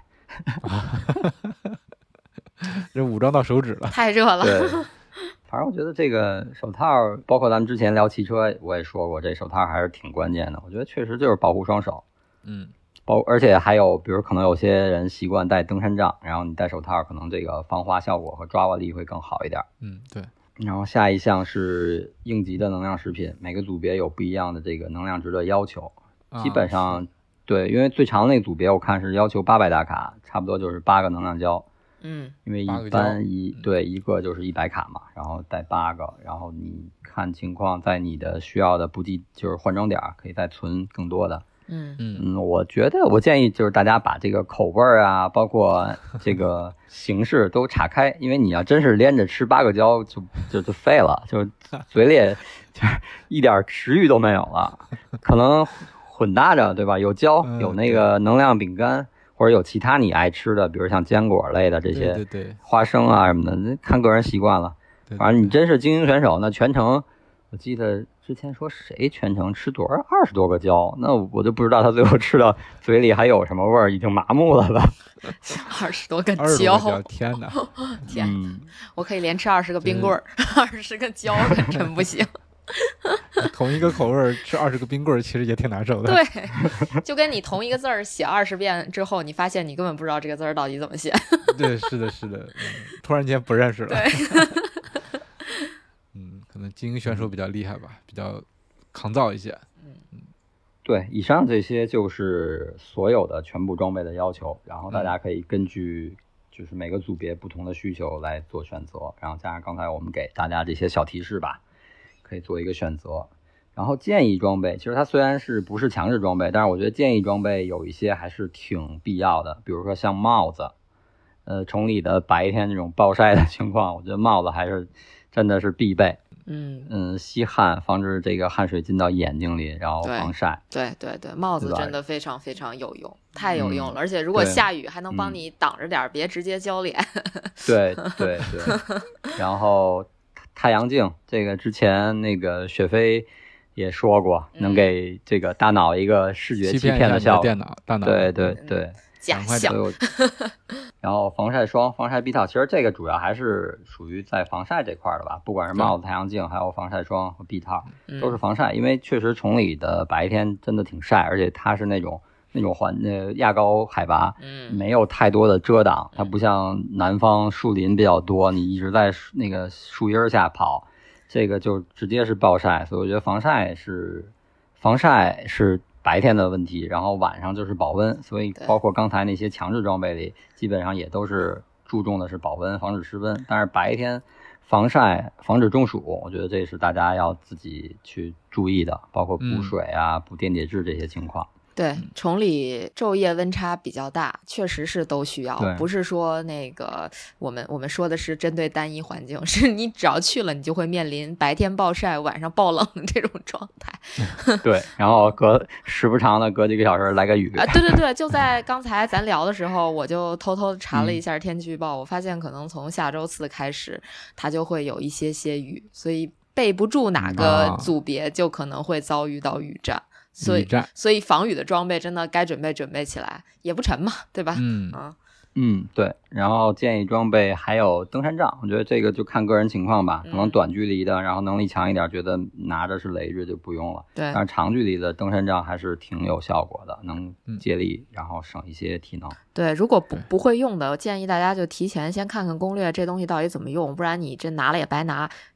S2: 这武装到手指了，
S3: 太热了。
S4: 对。反正我觉得这个手套，包括咱们之前聊汽车，我也说过，这手套还是挺关键的。我觉得确实就是保护双手，
S2: 嗯，
S4: 包而且还有，比如可能有些人习惯戴登山杖，然后你戴手套，可能这个防滑效果和抓握力会更好一点。
S2: 嗯，对。
S4: 然后下一项是应急的能量食品，每个组别有不一样的这个能量值的要求，
S2: 啊、
S4: 基本上对，因为最长的那个组别我看是要求八百大卡，差不多就是八个能量胶。
S3: 嗯，
S4: 因为一般一对一个就是一百卡嘛，然后带八个，然后你看情况，在你的需要的补给就是换装点可以再存更多的。
S3: 嗯
S4: 嗯，我觉得我建议就是大家把这个口味啊，包括这个形式都岔开，因为你要真是连着吃八个胶就就就废了，就嘴里就一点食欲都没有了。可能混搭着，对吧？有胶，有那个能量饼干。或者有其他你爱吃的，比如像坚果类的这些，
S2: 对对对，
S4: 花生啊什么的，看个人习惯了。
S2: 对对对，
S4: 反正你真是精英选手，那全程我记得之前说谁全程吃多少二十多个胶，那我就不知道他最后吃到嘴里还有什么味儿，已经麻木了吧？
S3: 二十多个
S2: 胶，
S3: 胶，
S2: 天哪！
S3: 天，
S4: 嗯、
S3: 我可以连吃二十个冰棍儿，二十个胶可真不行。
S2: 同一个口味吃二十个冰棍其实也挺难受的。
S3: 对，就跟你同一个字儿写二十遍之后，你发现你根本不知道这个字儿到底怎么写。
S2: 对，是的，是的，嗯、突然间不认识了。
S3: 对，
S2: 嗯，可能精英选手比较厉害吧，比较抗造一些。
S4: 嗯，对，以上这些就是所有的全部装备的要求，然后大家可以根据就是每个组别不同的需求来做选择，然后加上刚才我们给大家这些小提示吧。可以做一个选择，然后建议装备，其实它虽然是不是强制装备，但是我觉得建议装备有一些还是挺必要的，比如说像帽子，呃，崇礼的白天这种暴晒的情况，我觉得帽子还是真的是必备。
S3: 嗯
S4: 嗯，吸汗，防止这个汗水进到眼睛里，然后防晒。
S3: 对对 对, 对，帽子真的非常非常有用，太有用了、嗯。而且如果下雨，还能帮你挡着点、嗯，别直接浇脸。对
S4: 对对，然后。太阳镜这个之前那个雪飞也说过，
S3: 嗯、
S4: 能给这个大脑一个视觉欺骗的效果。
S2: 电脑大脑
S4: 对对对，
S3: 假象。
S4: 然后防晒霜、防晒臂套，其实这个主要还是属于在防晒这块的吧，不管是帽子、太阳镜，还有防晒霜和臂套，都是防晒。因为确实崇礼的白天真的挺晒，而且它是那种。那种环呃亚高海拔，
S3: 嗯，
S4: 没有太多的遮挡，它不像南方树林比较多，你一直在那个树荫下跑，这个就直接是暴晒，所以我觉得防晒是防晒是白天的问题，然后晚上就是保温，所以包括刚才那些强制装备里，基本上也都是注重的是保温，防止失温，但是白天防晒防止中暑，我觉得这是大家要自己去注意的，包括补水啊、嗯、补电解质这些情况。
S3: 对，崇礼昼夜温差比较大，确实是都需要，不是说那个我们我们说的是针对单一环境，是你只要去了，你就会面临白天暴晒、晚上暴冷这种状态。
S4: 对，然后隔时不常的隔几个小时来个雨
S3: 啊，对对对，就在刚才咱聊的时候，我就偷偷查了一下天气预报，嗯、我发现可能从下周四开始，它就会有一些些雨，所以备不住哪个组别就可能会遭遇到雨战。所以，所以防雨的装备真的该准备准备起来，也不沉嘛，对吧？
S2: 嗯
S3: 啊，
S4: 嗯，对。然后建议装备还有登山杖，我觉得这个就看个人情况吧。可能短距离的，嗯、然后能力强一点，觉得拿着是累赘就不用了。
S3: 对。
S4: 但是长距离的登山杖还是挺有效果的，能借力，然后省一些体能。
S3: 对，如果不不会用的，我建议大家就提前先看看攻略，这东西到底怎么用，不然你这拿了也白拿。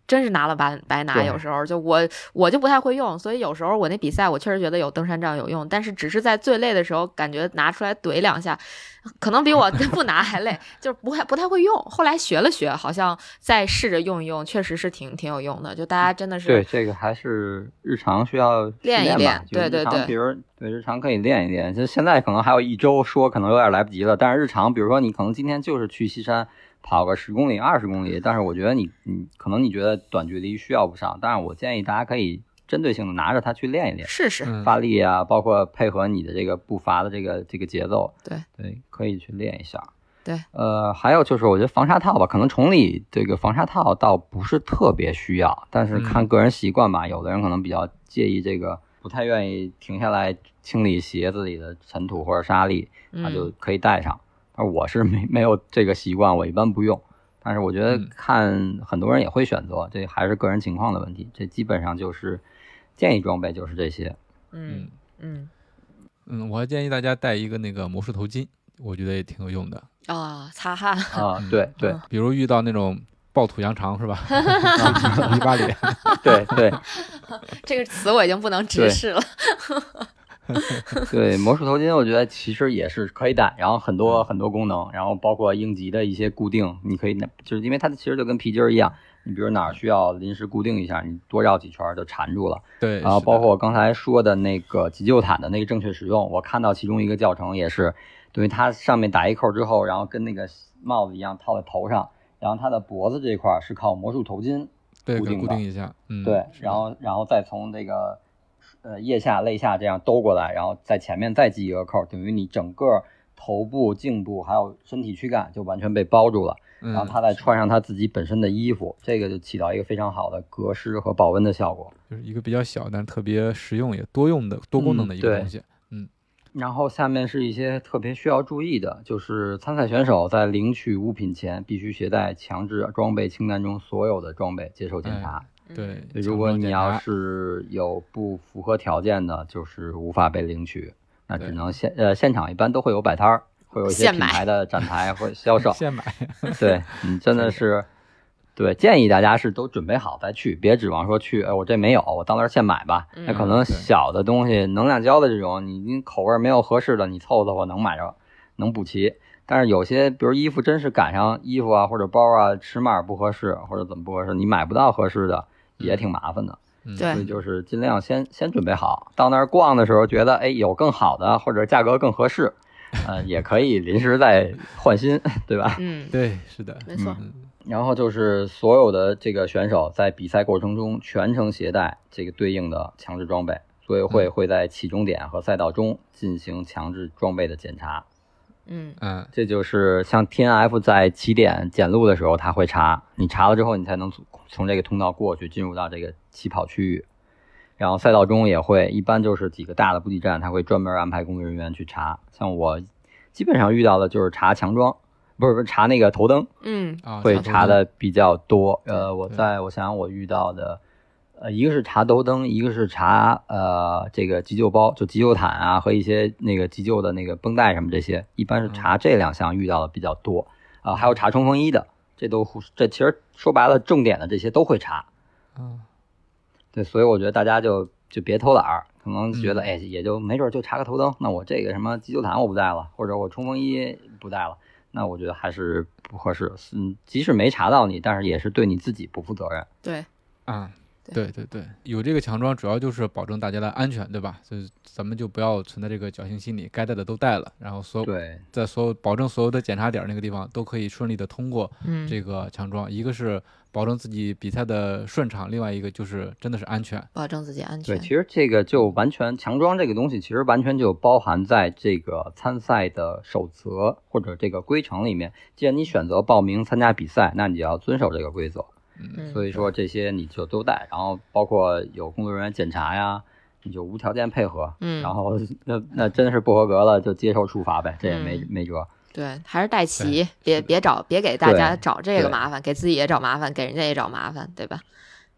S3: 真是拿了白白拿，有时候就我我就不太会用，所以有时候我那比赛我确实觉得有登山杖有用，但是只是在最累的时候，感觉拿出来怼两下，可能比我不拿还累，就是不太不太会用。后来学了学，好像再试着用一用，确实是挺挺有用的。就大家真的是
S4: 对这个还是日常需要
S3: 练一练，
S4: 对
S3: 对对，
S4: 比如对日常可以练一练。就现在可能还有一周说，可能有点来不及了，但是日常，比如说你可能今天就是去西山。跑个十公里、二十公里，但是我觉得你，你可能你觉得短距离需要不上，但是我建议大家可以针对性的拿着它去练一练，
S3: 试试
S4: 发力啊，包括配合你的这个步伐的这个这个节奏，
S3: 对
S4: 对，可以去练一下。
S3: 对，
S4: 呃，还有就是我觉得防沙套吧，可能崇礼这个防沙套倒不是特别需要，但是看个人习惯吧，嗯、有的人可能比较介意这个，不太愿意停下来清理鞋子里的尘土或者沙粒，他就可以带上。嗯而我是没没有这个习惯，我一般不用。但是我觉得看很多人也会选择，这还是个人情况的问题。这基本上就是建议装备就是这些。
S3: 嗯嗯
S2: 嗯，我还建议大家带一个那个魔术头巾，我觉得也挺有用的
S3: 啊、哦，擦汗
S4: 啊，对对、嗯，
S2: 比如遇到那种暴土扬长是吧？一把脸，
S4: 对对，
S3: 这个词我已经不能直视了。
S4: 对，魔术头巾我觉得其实也是可以戴，然后很多很多功能，然后包括应急的一些固定，你可以就是因为它其实就跟皮筋儿一样，你比如哪儿需要临时固定一下，你多绕几圈就缠住了。
S2: 对，
S4: 然后包括我刚才说的那个急救毯的那个正确使用，我看到其中一个教程也是，对于它上面打一扣之后，然后跟那个帽子一样套在头上，然后它的脖子这块是靠魔术头巾固定的，
S2: 对，固定一下，嗯，
S4: 对，然后然后再从这个。呃，腋下、肋下这样兜过来，然后在前面再系一个扣，等于你整个头部、颈部还有身体躯干就完全被包住了。
S2: 嗯、
S4: 然后他再穿上他自己本身的衣服，这个就起到一个非常好的隔湿和保温的效果。
S2: 就是一个比较小但是特别实用也多用的多功能的一个东西。
S4: 嗯，嗯然后下面是一些特别需要注意的，就是参赛选手在领取物品前必须携带强制装备清单中所有的装备接受检查。
S2: 哎对，
S4: 如果你要是有不符合条件的，就是无法被领取，那只能现呃现场一般都会有摆摊儿，会有一些品牌的展台或销售
S2: 现买。
S4: 对，你真的是对，建议大家是都准备好再去，别指望说去，哎，我这没有，我到那儿现买吧。那、嗯、可能小的东西，能量胶的这种，你你口味没有合适的，你凑凑合能买着，能补齐。但是有些，比如衣服真是赶上衣服啊或者包啊尺码不合适或者怎么不合适，你买不到合适的。也挺麻烦的，
S3: 嗯、
S4: 所以就是尽量先先准备好，到那儿逛的时候觉得哎有更好的或者价格更合适，呃也可以临时再换新，对吧？
S3: 嗯，
S2: 对，是的，
S3: 没错、
S4: 嗯。然后就是所有的这个选手在比赛过程中全程携带这个对应的强制装备，组委会会在起终点和赛道中进行强制装备的检查。
S3: 嗯
S4: 嗯，这就是像 T N F 在起点检录的时候，他会查，你查了之后，你才能从这个通道过去，进入到这个起跑区域。然后赛道中也会，一般就是几个大的补给站，他会专门安排工作人员去查。像我基本上遇到的就是查强装，不是不是查那个头灯，
S3: 嗯，
S4: 会查的比较多。呃，我在我想我遇到的。呃，一个是查头灯，一个是查呃这个急救包，就急救毯啊和一些那个急救的那个绷带什么这些，一般是查这两项遇到的比较多啊、呃，还有查冲锋衣的，这都这其实说白了重点的这些都会查。
S2: 嗯，
S4: 对，所以我觉得大家就就别偷懒儿，可能觉得哎也就没准就查个头灯，那我这个什么急救毯我不带了，或者我冲锋衣不带了，那我觉得还是不合适。嗯，即使没查到你，但是也是对你自己不负责任。
S3: 对，
S2: 啊。对对对，有这个强装主要就是保证大家的安全，对吧？所以咱们就不要存在这个侥幸心理，该带的都带了，然后所有
S4: 对
S2: 在所有保证所有的检查点那个地方都可以顺利的通过这个强装、嗯、一个是保证自己比赛的顺畅，另外一个就是真的是安全，
S3: 保证自己安全。
S4: 对，其实这个就完全强装这个东西其实完全就包含在这个参赛的守则或者这个规程里面，既然你选择报名参加比赛，那你就要遵守这个规则。
S2: 嗯，
S4: 所以说这些你就都带，然后包括有工作人员检查呀，你就无条件配合，
S3: 嗯，
S4: 然后那那真是不合格了就接受处罚呗，这也没、嗯、没辙。
S3: 对，还是带齐，别别找别给大家找这个麻烦，给自己也找麻烦，给人家也找麻烦，对吧？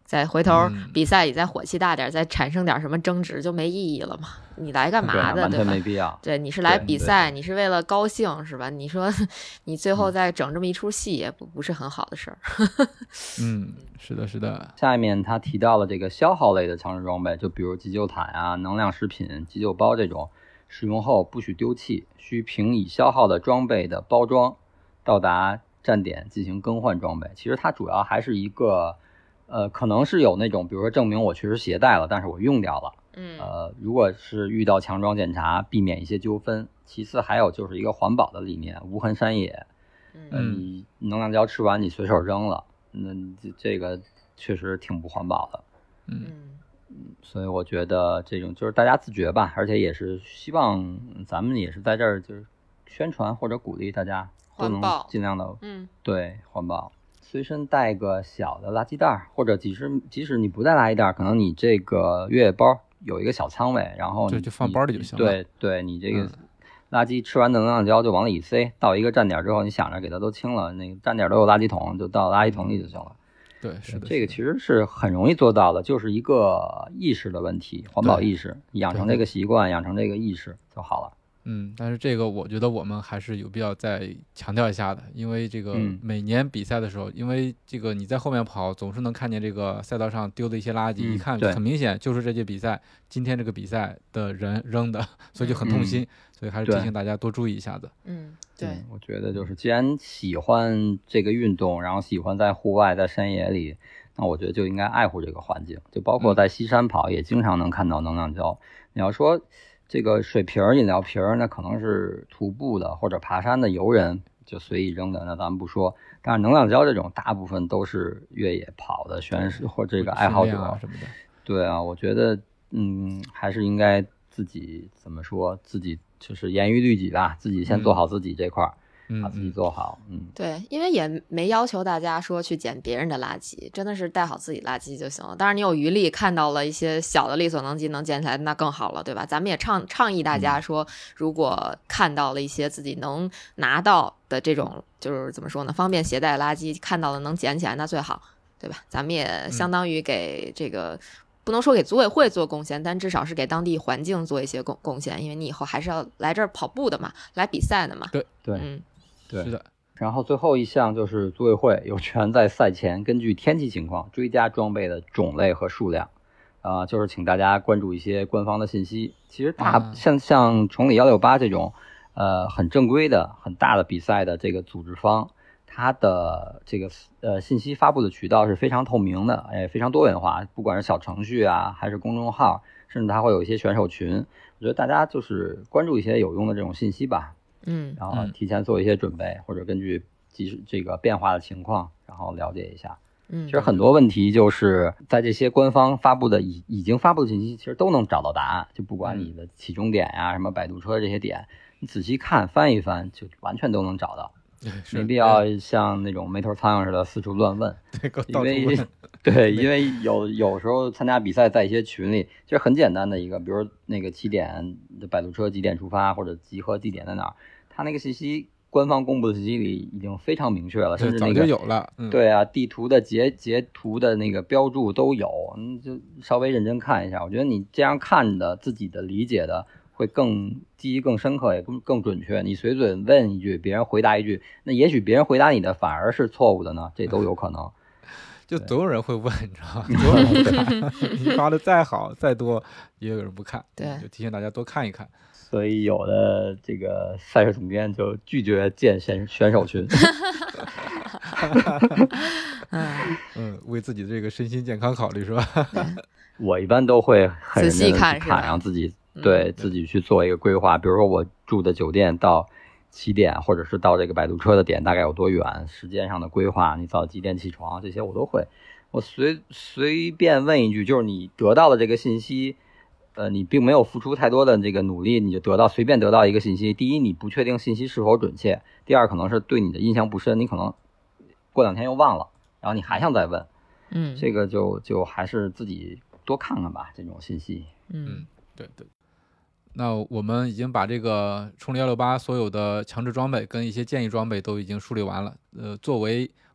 S3: 再回头比赛里再火气大点，再产生点什么争执就没意义了嘛。你来干嘛的？
S4: 完全没必要。
S3: 对，你是来比赛，你是为了高兴是吧？你说你最后再整这么一出戏，也不不是很好的事儿。
S2: 嗯，是的，是的。
S4: 下面他提到了这个消耗类的强制装备，就比如急救毯啊、能量食品、急救包这种，使用后不许丢弃，需凭已消耗的装备的包装到达站点进行更换装备。其实它主要还是一个。呃，可能是有那种，比如说证明我确实携带了，但是我用掉了。
S3: 嗯，
S4: 呃，如果是遇到强装检查，避免一些纠纷。其次还有就是一个环保的理念，无痕山野。
S3: 嗯，
S4: 呃、你能量胶吃完你随手扔了，那这这个确实挺不环保的。
S2: 嗯
S4: 嗯，所以我觉得这种就是大家自觉吧，而且也是希望咱们也是在这儿就是宣传或者鼓励大家都能尽量的，
S3: 嗯，
S4: 对，环保。随身带个小的垃圾袋，或者即使即使你不带垃圾袋，可能你这个越野包有一个小仓位，然后
S2: 就就放包里就行了。
S4: 对对，你这个垃圾吃完的能量胶就往里一塞，到一个站点之后，你想着给它都清了，那个站点都有垃圾桶，就到垃圾桶里就行了。
S2: 对，是的，
S4: 这个其实是很容易做到的，就是一个意识的问题，环保意识，养成这个习惯，养成这个意识就好了。
S2: 嗯，但是这个我觉得我们还是有必要再强调一下的，因为这个每年比赛的时候，嗯、因为这个你在后面跑，总是能看见这个赛道上丢的一些垃圾，
S4: 嗯、
S2: 一看很明显就是这届比赛今天这个比赛的人扔的，所以就很痛心，嗯、所以还是提醒大家多注意一下子。
S3: 嗯，对，
S4: 嗯、我觉得就是既然喜欢这个运动，然后喜欢在户外在山野里，那我觉得就应该爱护这个环境，就包括在西山跑，也经常能看到能量胶。嗯、你要说。这个水瓶、饮料瓶，那可能是徒步的或者爬山的游人就随意扔的，那咱们不说。但是能量胶这种，大部分都是越野跑的选手或这个爱好者、
S2: 啊、什么的。
S4: 对啊，我觉得，嗯，还是应该自己怎么说，自己就是严于律己吧，自己先做好自己这块儿。嗯把自己做好，嗯，
S3: 对，因为也没要求大家说去捡别人的垃圾，真的是带好自己垃圾就行了。当然，你有余力看到了一些小的力所能及能捡起来，那更好了，对吧？咱们也倡倡议大家说，如果看到了一些自己能拿到的这种，就是怎么说呢，方便携带垃圾，看到了能捡起来，那最好，对吧？咱们也相当于给这个。嗯不能说给组委会做贡献，但至少是给当地环境做一些贡贡献，因为你以后还是要来这儿跑步的嘛，来比赛的嘛。
S2: 对
S4: 对，
S3: 嗯，
S4: 对，
S2: 是的。
S4: 然后最后一项就是组委会有权在赛前根据天气情况追加装备的种类和数量，啊、呃，就是请大家关注一些官方的信息。其实大、啊、像像崇礼一六八这种，呃，很正规的、很大的比赛的这个组织方。它的这个呃信息发布的渠道是非常透明的，哎，非常多元化，不管是小程序啊，还是公众号，甚至它会有一些选手群。我觉得大家就是关注一些有用的这种信息吧，
S3: 嗯，
S4: 然后提前做一些准备，或者根据即时这个变化的情况，然后了解一下。
S3: 嗯，
S4: 其实很多问题就是在这些官方发布的已已经发布的信息，其实都能找到答案，就不管你的起终点呀、啊，什么摆渡车这些点，你仔细看翻一翻，就完全都能找到。没必要像那种没头苍蝇似的四处乱问，因为对，因为有有时候参加比赛，在一些群里，其实很简单的一个，比如那个起点的摆渡车几点出发，或者集合地点在哪儿，他那个信息官方公布的信息里已经非常明确了，甚至那个
S2: 早就有了，
S4: 嗯、对啊，地图的截截图的那个标注都有，你就稍微认真看一下，我觉得你这样看的自己的理解的。会更记忆更深刻，也更更准确。你随嘴问一句，别人回答一句，那也许别人回答你的反而是错误的呢，这都有可能。
S2: 就总有人会问，你知道吗？总有人会看，你发的再好再多，也有人不看。
S3: 对，
S2: 就提醒大家多看一看。
S4: 所以有的这个赛事总监就拒绝建选选手群。
S2: 嗯，为自己的这个身心健康考虑是吧？
S4: 我一般都会很认真的去
S3: 看，
S4: 看，让自己。对自己去做一个规划，比如说我住的酒店到起点，或者是到这个摆渡车的点大概有多远，时间上的规划，你早几点起床，这些我都会。我随随便问一句，就是你得到的这个信息，呃，你并没有付出太多的这个努力，你就得到随便得到一个信息。第一，你不确定信息是否准确；第二，可能是对你的印象不深，你可能过两天又忘了，然后你还想再问，
S3: 嗯，
S4: 这个就就还是自己多看看吧，这种信息。
S3: 嗯，
S2: 对对。那我们已经把这个冲力一六八所有的强制装备跟一些建议装备都已经梳理完了。呃，作为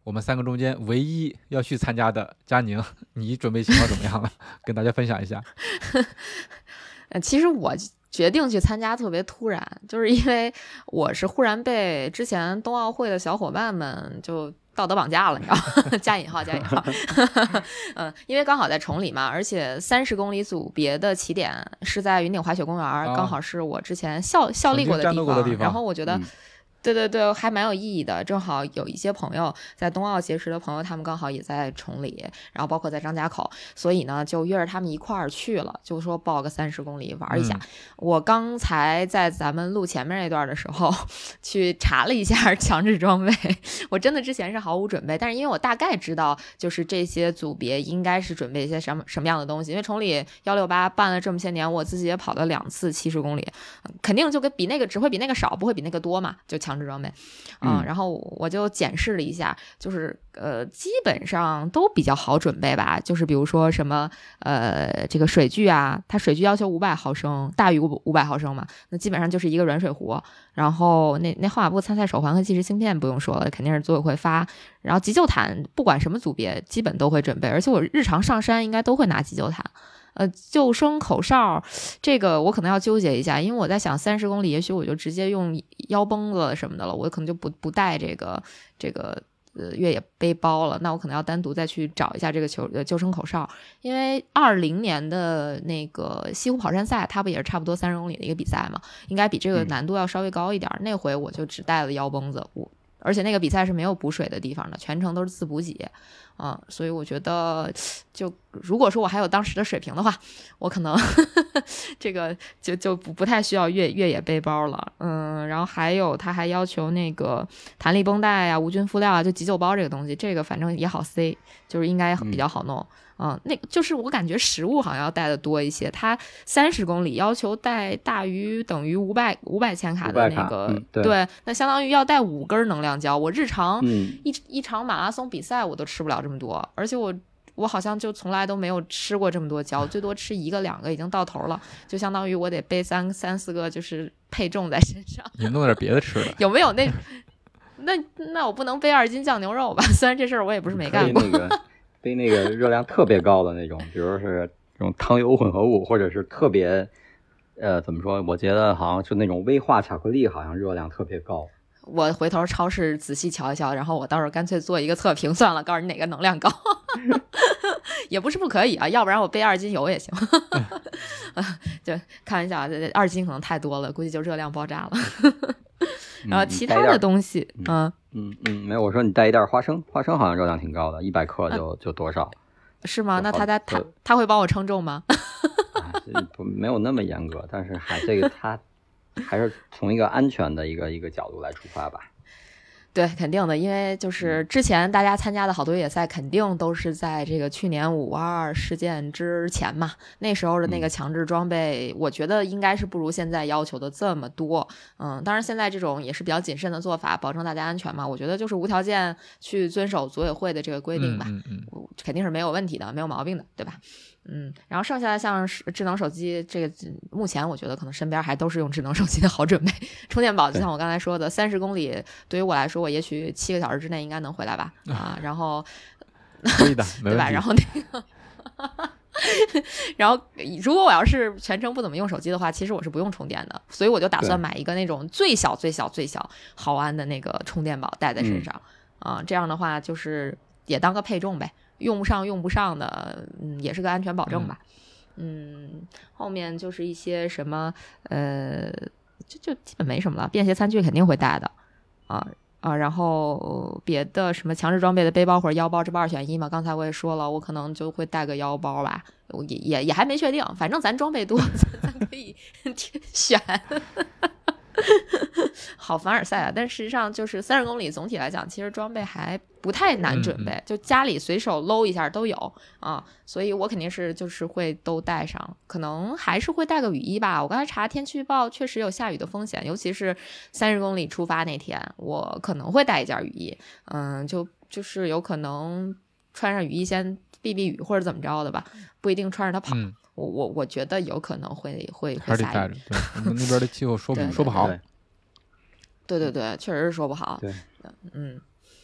S2: 我们三个中间唯一要去参加的佳宁，你准备情况怎么样了？跟大家分享一下。
S3: 其实我决定去参加特别突然，就是因为我是忽然被之前冬奥会的小伙伴们就道德绑架了，你知道吗？加引号加引号。嗯，因为刚好在崇礼嘛，而且三十公里组别的起点是在云顶滑雪公园，哦、刚好是我之前效效力过的地方。
S2: 地方
S3: 然后我觉得。嗯对对对，还蛮有意义的。正好有一些朋友在冬奥结识的朋友，他们刚好也在崇礼，然后包括在张家口，所以呢就约着他们一块儿去了，就说报个三十公里玩一下。嗯、我刚才在咱们录前面那段的时候去查了一下强制装备，我真的之前是毫无准备，但是因为我大概知道就是这些组别应该是准备一些什么什么样的东西，因为崇礼一六八办了这么些年，我自己也跑了两次七十公里，肯定就跟比那个只会比那个少，不会比那个多嘛，就强。强制装备，嗯，嗯然后我就检视了一下，就是呃，基本上都比较好准备吧。就是比如说什么呃，这个水具啊，它水具要求五百毫升，大于五百毫升嘛，那基本上就是一个软水壶。然后那那号码布参赛手环和计时芯片不用说了，肯定是组委会发。然后急救毯，不管什么组别，基本都会准备，而且我日常上山应该都会拿急救毯。呃，救生口哨，这个我可能要纠结一下，因为我在想三十公里，也许我就直接用腰绷子什么的了，我可能就不不带这个这个呃越野背包了，那我可能要单独再去找一下这个球呃救生口哨，因为二零年的那个西湖跑山赛，它不也是差不多三十公里的一个比赛嘛，应该比这个难度要稍微高一点，嗯、那回我就只带了腰绷子，我而且那个比赛是没有补水的地方的，全程都是自补给。嗯，所以我觉得就如果说我还有当时的水平的话，我可能呵呵这个就就不不太需要越越野背包了。嗯，然后还有他还要求那个弹力绷带啊、无菌敷料啊，就急救包这个东西，这个反正也好塞，就是应该比较好弄。嗯，那个就是我感觉食物好像要带的多一些，它三十公里要求带大于等于五百五百千卡的那个，
S4: 嗯、对,
S3: 对，那相当于要带五根能量胶。我日常、
S4: 嗯、
S3: 一一场马拉松比赛我都吃不了这么多，而且我我好像就从来都没有吃过这么多胶，最多吃一个两个已经到头了，就相当于我得背三三四个就是配重在身上。
S2: 你弄点别的吃的？
S3: 有没有那那那我不能背二斤酱牛肉吧？虽然这事儿我也不是没干过。
S4: 背那个热量特别高的那种，比如是这种糖油混合物，或者是特别，呃，怎么说？我觉得好像是那种威化巧克力，好像热量特别高。
S3: 我回头超市仔细瞧一瞧，然后我到时候干脆做一个测评算了，告诉你哪个能量高，也不是不可以啊，要不然我背二斤油也行。就开玩笑，二斤可能太多了，估计就热量爆炸了。然后其他的东西，
S4: 嗯嗯嗯，没有，我说你带一袋花生，花生好像热量挺高的，一百克就、啊、就多少？
S3: 是吗？那他他他他会帮我称重吗？
S4: 啊、不没有那么严格，但是还这个他还是从一个安全的一个一个角度来出发吧。
S3: 对，肯定的，因为就是之前大家参加的好多越野赛，肯定都是在这个去年五二事件之前嘛，那时候的那个强制装备，我觉得应该是不如现在要求的这么多。嗯，当然现在这种也是比较谨慎的做法，保证大家安全嘛。我觉得就是无条件去遵守组委会的这个规定吧，
S2: 嗯嗯嗯、
S3: 肯定是没有问题的，没有毛病的，对吧？嗯，然后剩下的像智能手机，这个目前我觉得可能身边还都是用智能手机的好准备。充电宝就像我刚才说的，三十公里对于我来说，我也许七个小时之内应该能回来吧。啊，然后
S2: 可以的，
S3: 对吧？然后那个，然后如果我要是全程不怎么用手机的话，其实我是不用充电的，所以我就打算买一个那种最小最小最小毫安的那个充电宝带在身上。嗯、啊，这样的话就是也当个配重呗。用不上用不上的，嗯，也是个安全保证吧。嗯，嗯后面就是一些什么，呃，就就基本没什么了。便携餐具肯定会带的，啊啊，然后别的什么强制装备的背包或者腰包，这不二选一嘛。刚才我也说了，我可能就会带个腰包吧，我也也也还没确定，反正咱装备多，咱可以选。好凡尔赛啊！但事实上就是三十公里，总体来讲，其实装备还不太难准备，嗯、就家里随手搂一下都有啊，所以我肯定是就是会都带上，可能还是会带个雨衣吧。我刚才查天气预报，确实有下雨的风险，尤其是三十公里出发那天，我可能会带一件雨衣，嗯，就就是有可能穿上雨衣先避避雨或者怎么着的吧，不一定穿着它跑。嗯我我我觉得有可能会会会下雨，
S2: 对，我们那边的气候说不说不好。
S3: 对对对，确实是说不好。
S4: 对，
S3: 嗯，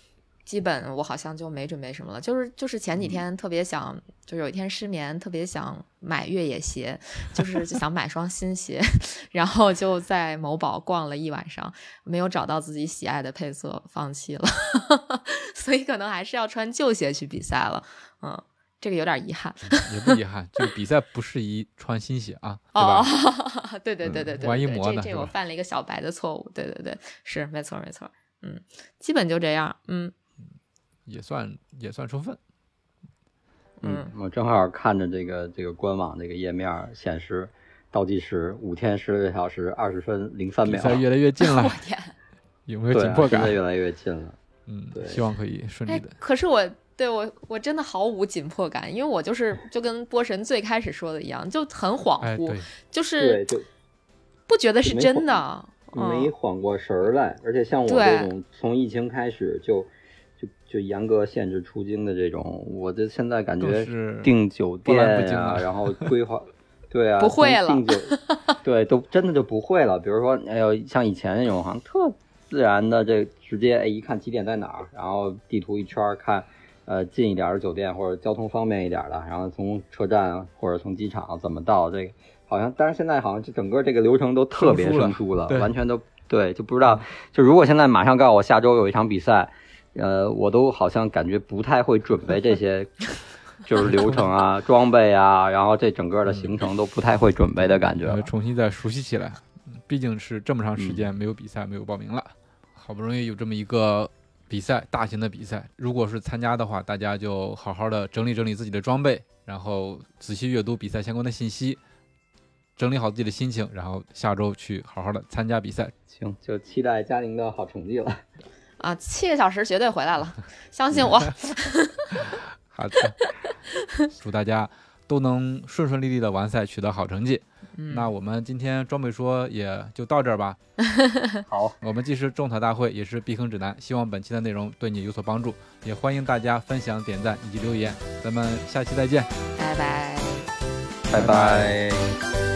S3: 基本我好像就没准备什么了，就是就是前几天特别想，嗯、就有一天失眠，特别想买越野鞋，就是就想买双新鞋，然后就在某宝逛了一晚上，没有找到自己喜爱的配色，放弃了，所以可能还是要穿旧鞋去比赛了，嗯。这个有点遗憾，
S2: 也不遗憾，这个比赛不适宜穿新鞋啊，对吧？
S3: 哦，对对对对对，
S2: 万一磨呢？
S3: 这这我犯了一个小白的错误，对对对，是没错没错，嗯，基本就这样，嗯，
S2: 也算也算充分。
S4: 嗯，我正好看着这个这个官网这个页面显示倒计时五天十六个小时二十分零三秒，
S2: 比赛越来越近了，
S3: 我天，
S2: 有没有紧迫感？
S4: 现在越来越近了，
S2: 嗯，
S4: 对，
S2: 希望可以顺利的。
S3: 可是我。对我，我真的毫无紧迫感，因为我就是就跟波神最开始说的一样，就很恍惚，
S2: 哎、
S3: 就是
S4: 就
S3: 不觉得是真的，
S4: 没缓过神儿来。嗯、而且像我这种从疫情开始就就就严格限制出京的这种，我这现在感觉订酒店呀、啊，然后规划，对啊，
S3: 不会了，
S4: 订酒，对，都真的就不会了。比如说，哎呦，像以前那种好像特自然的，这直接哎一看几点在哪儿，然后地图一圈看。呃，近一点的酒店或者交通方便一点的，然后从车站或者从机场怎么到这个，好像，但是现在好像这整个这个流程都特别生疏了，完全都对，就不知道。就如果现在马上告诉我下周有一场比赛，呃，我都好像感觉不太会准备这些，就是流程啊、装备啊，然后这整个的行程都不太会准备的感觉了。
S2: 重新再熟悉起来，毕竟是这么长时间没有比赛、嗯、没有报名了，好不容易有这么一个。比赛，大型的比赛，如果是参加的话，大家就好好的整理整理自己的装备，然后仔细阅读比赛相关的信息，整理好自己的心情，然后下周去好好的参加比赛。
S4: 行，就期待佳宁的好成绩了。
S3: 啊，七个小时绝对回来了，相信我。
S2: 好的，祝大家都能顺顺利利的完赛，取得好成绩。嗯、那我们今天装备说也就到这儿吧。
S4: 好，
S2: 我们既是种草大会，也是避坑指南，希望本期的内容对你有所帮助，也欢迎大家分享、点赞以及留言。咱们下期再见，
S3: 拜拜，
S4: 拜拜。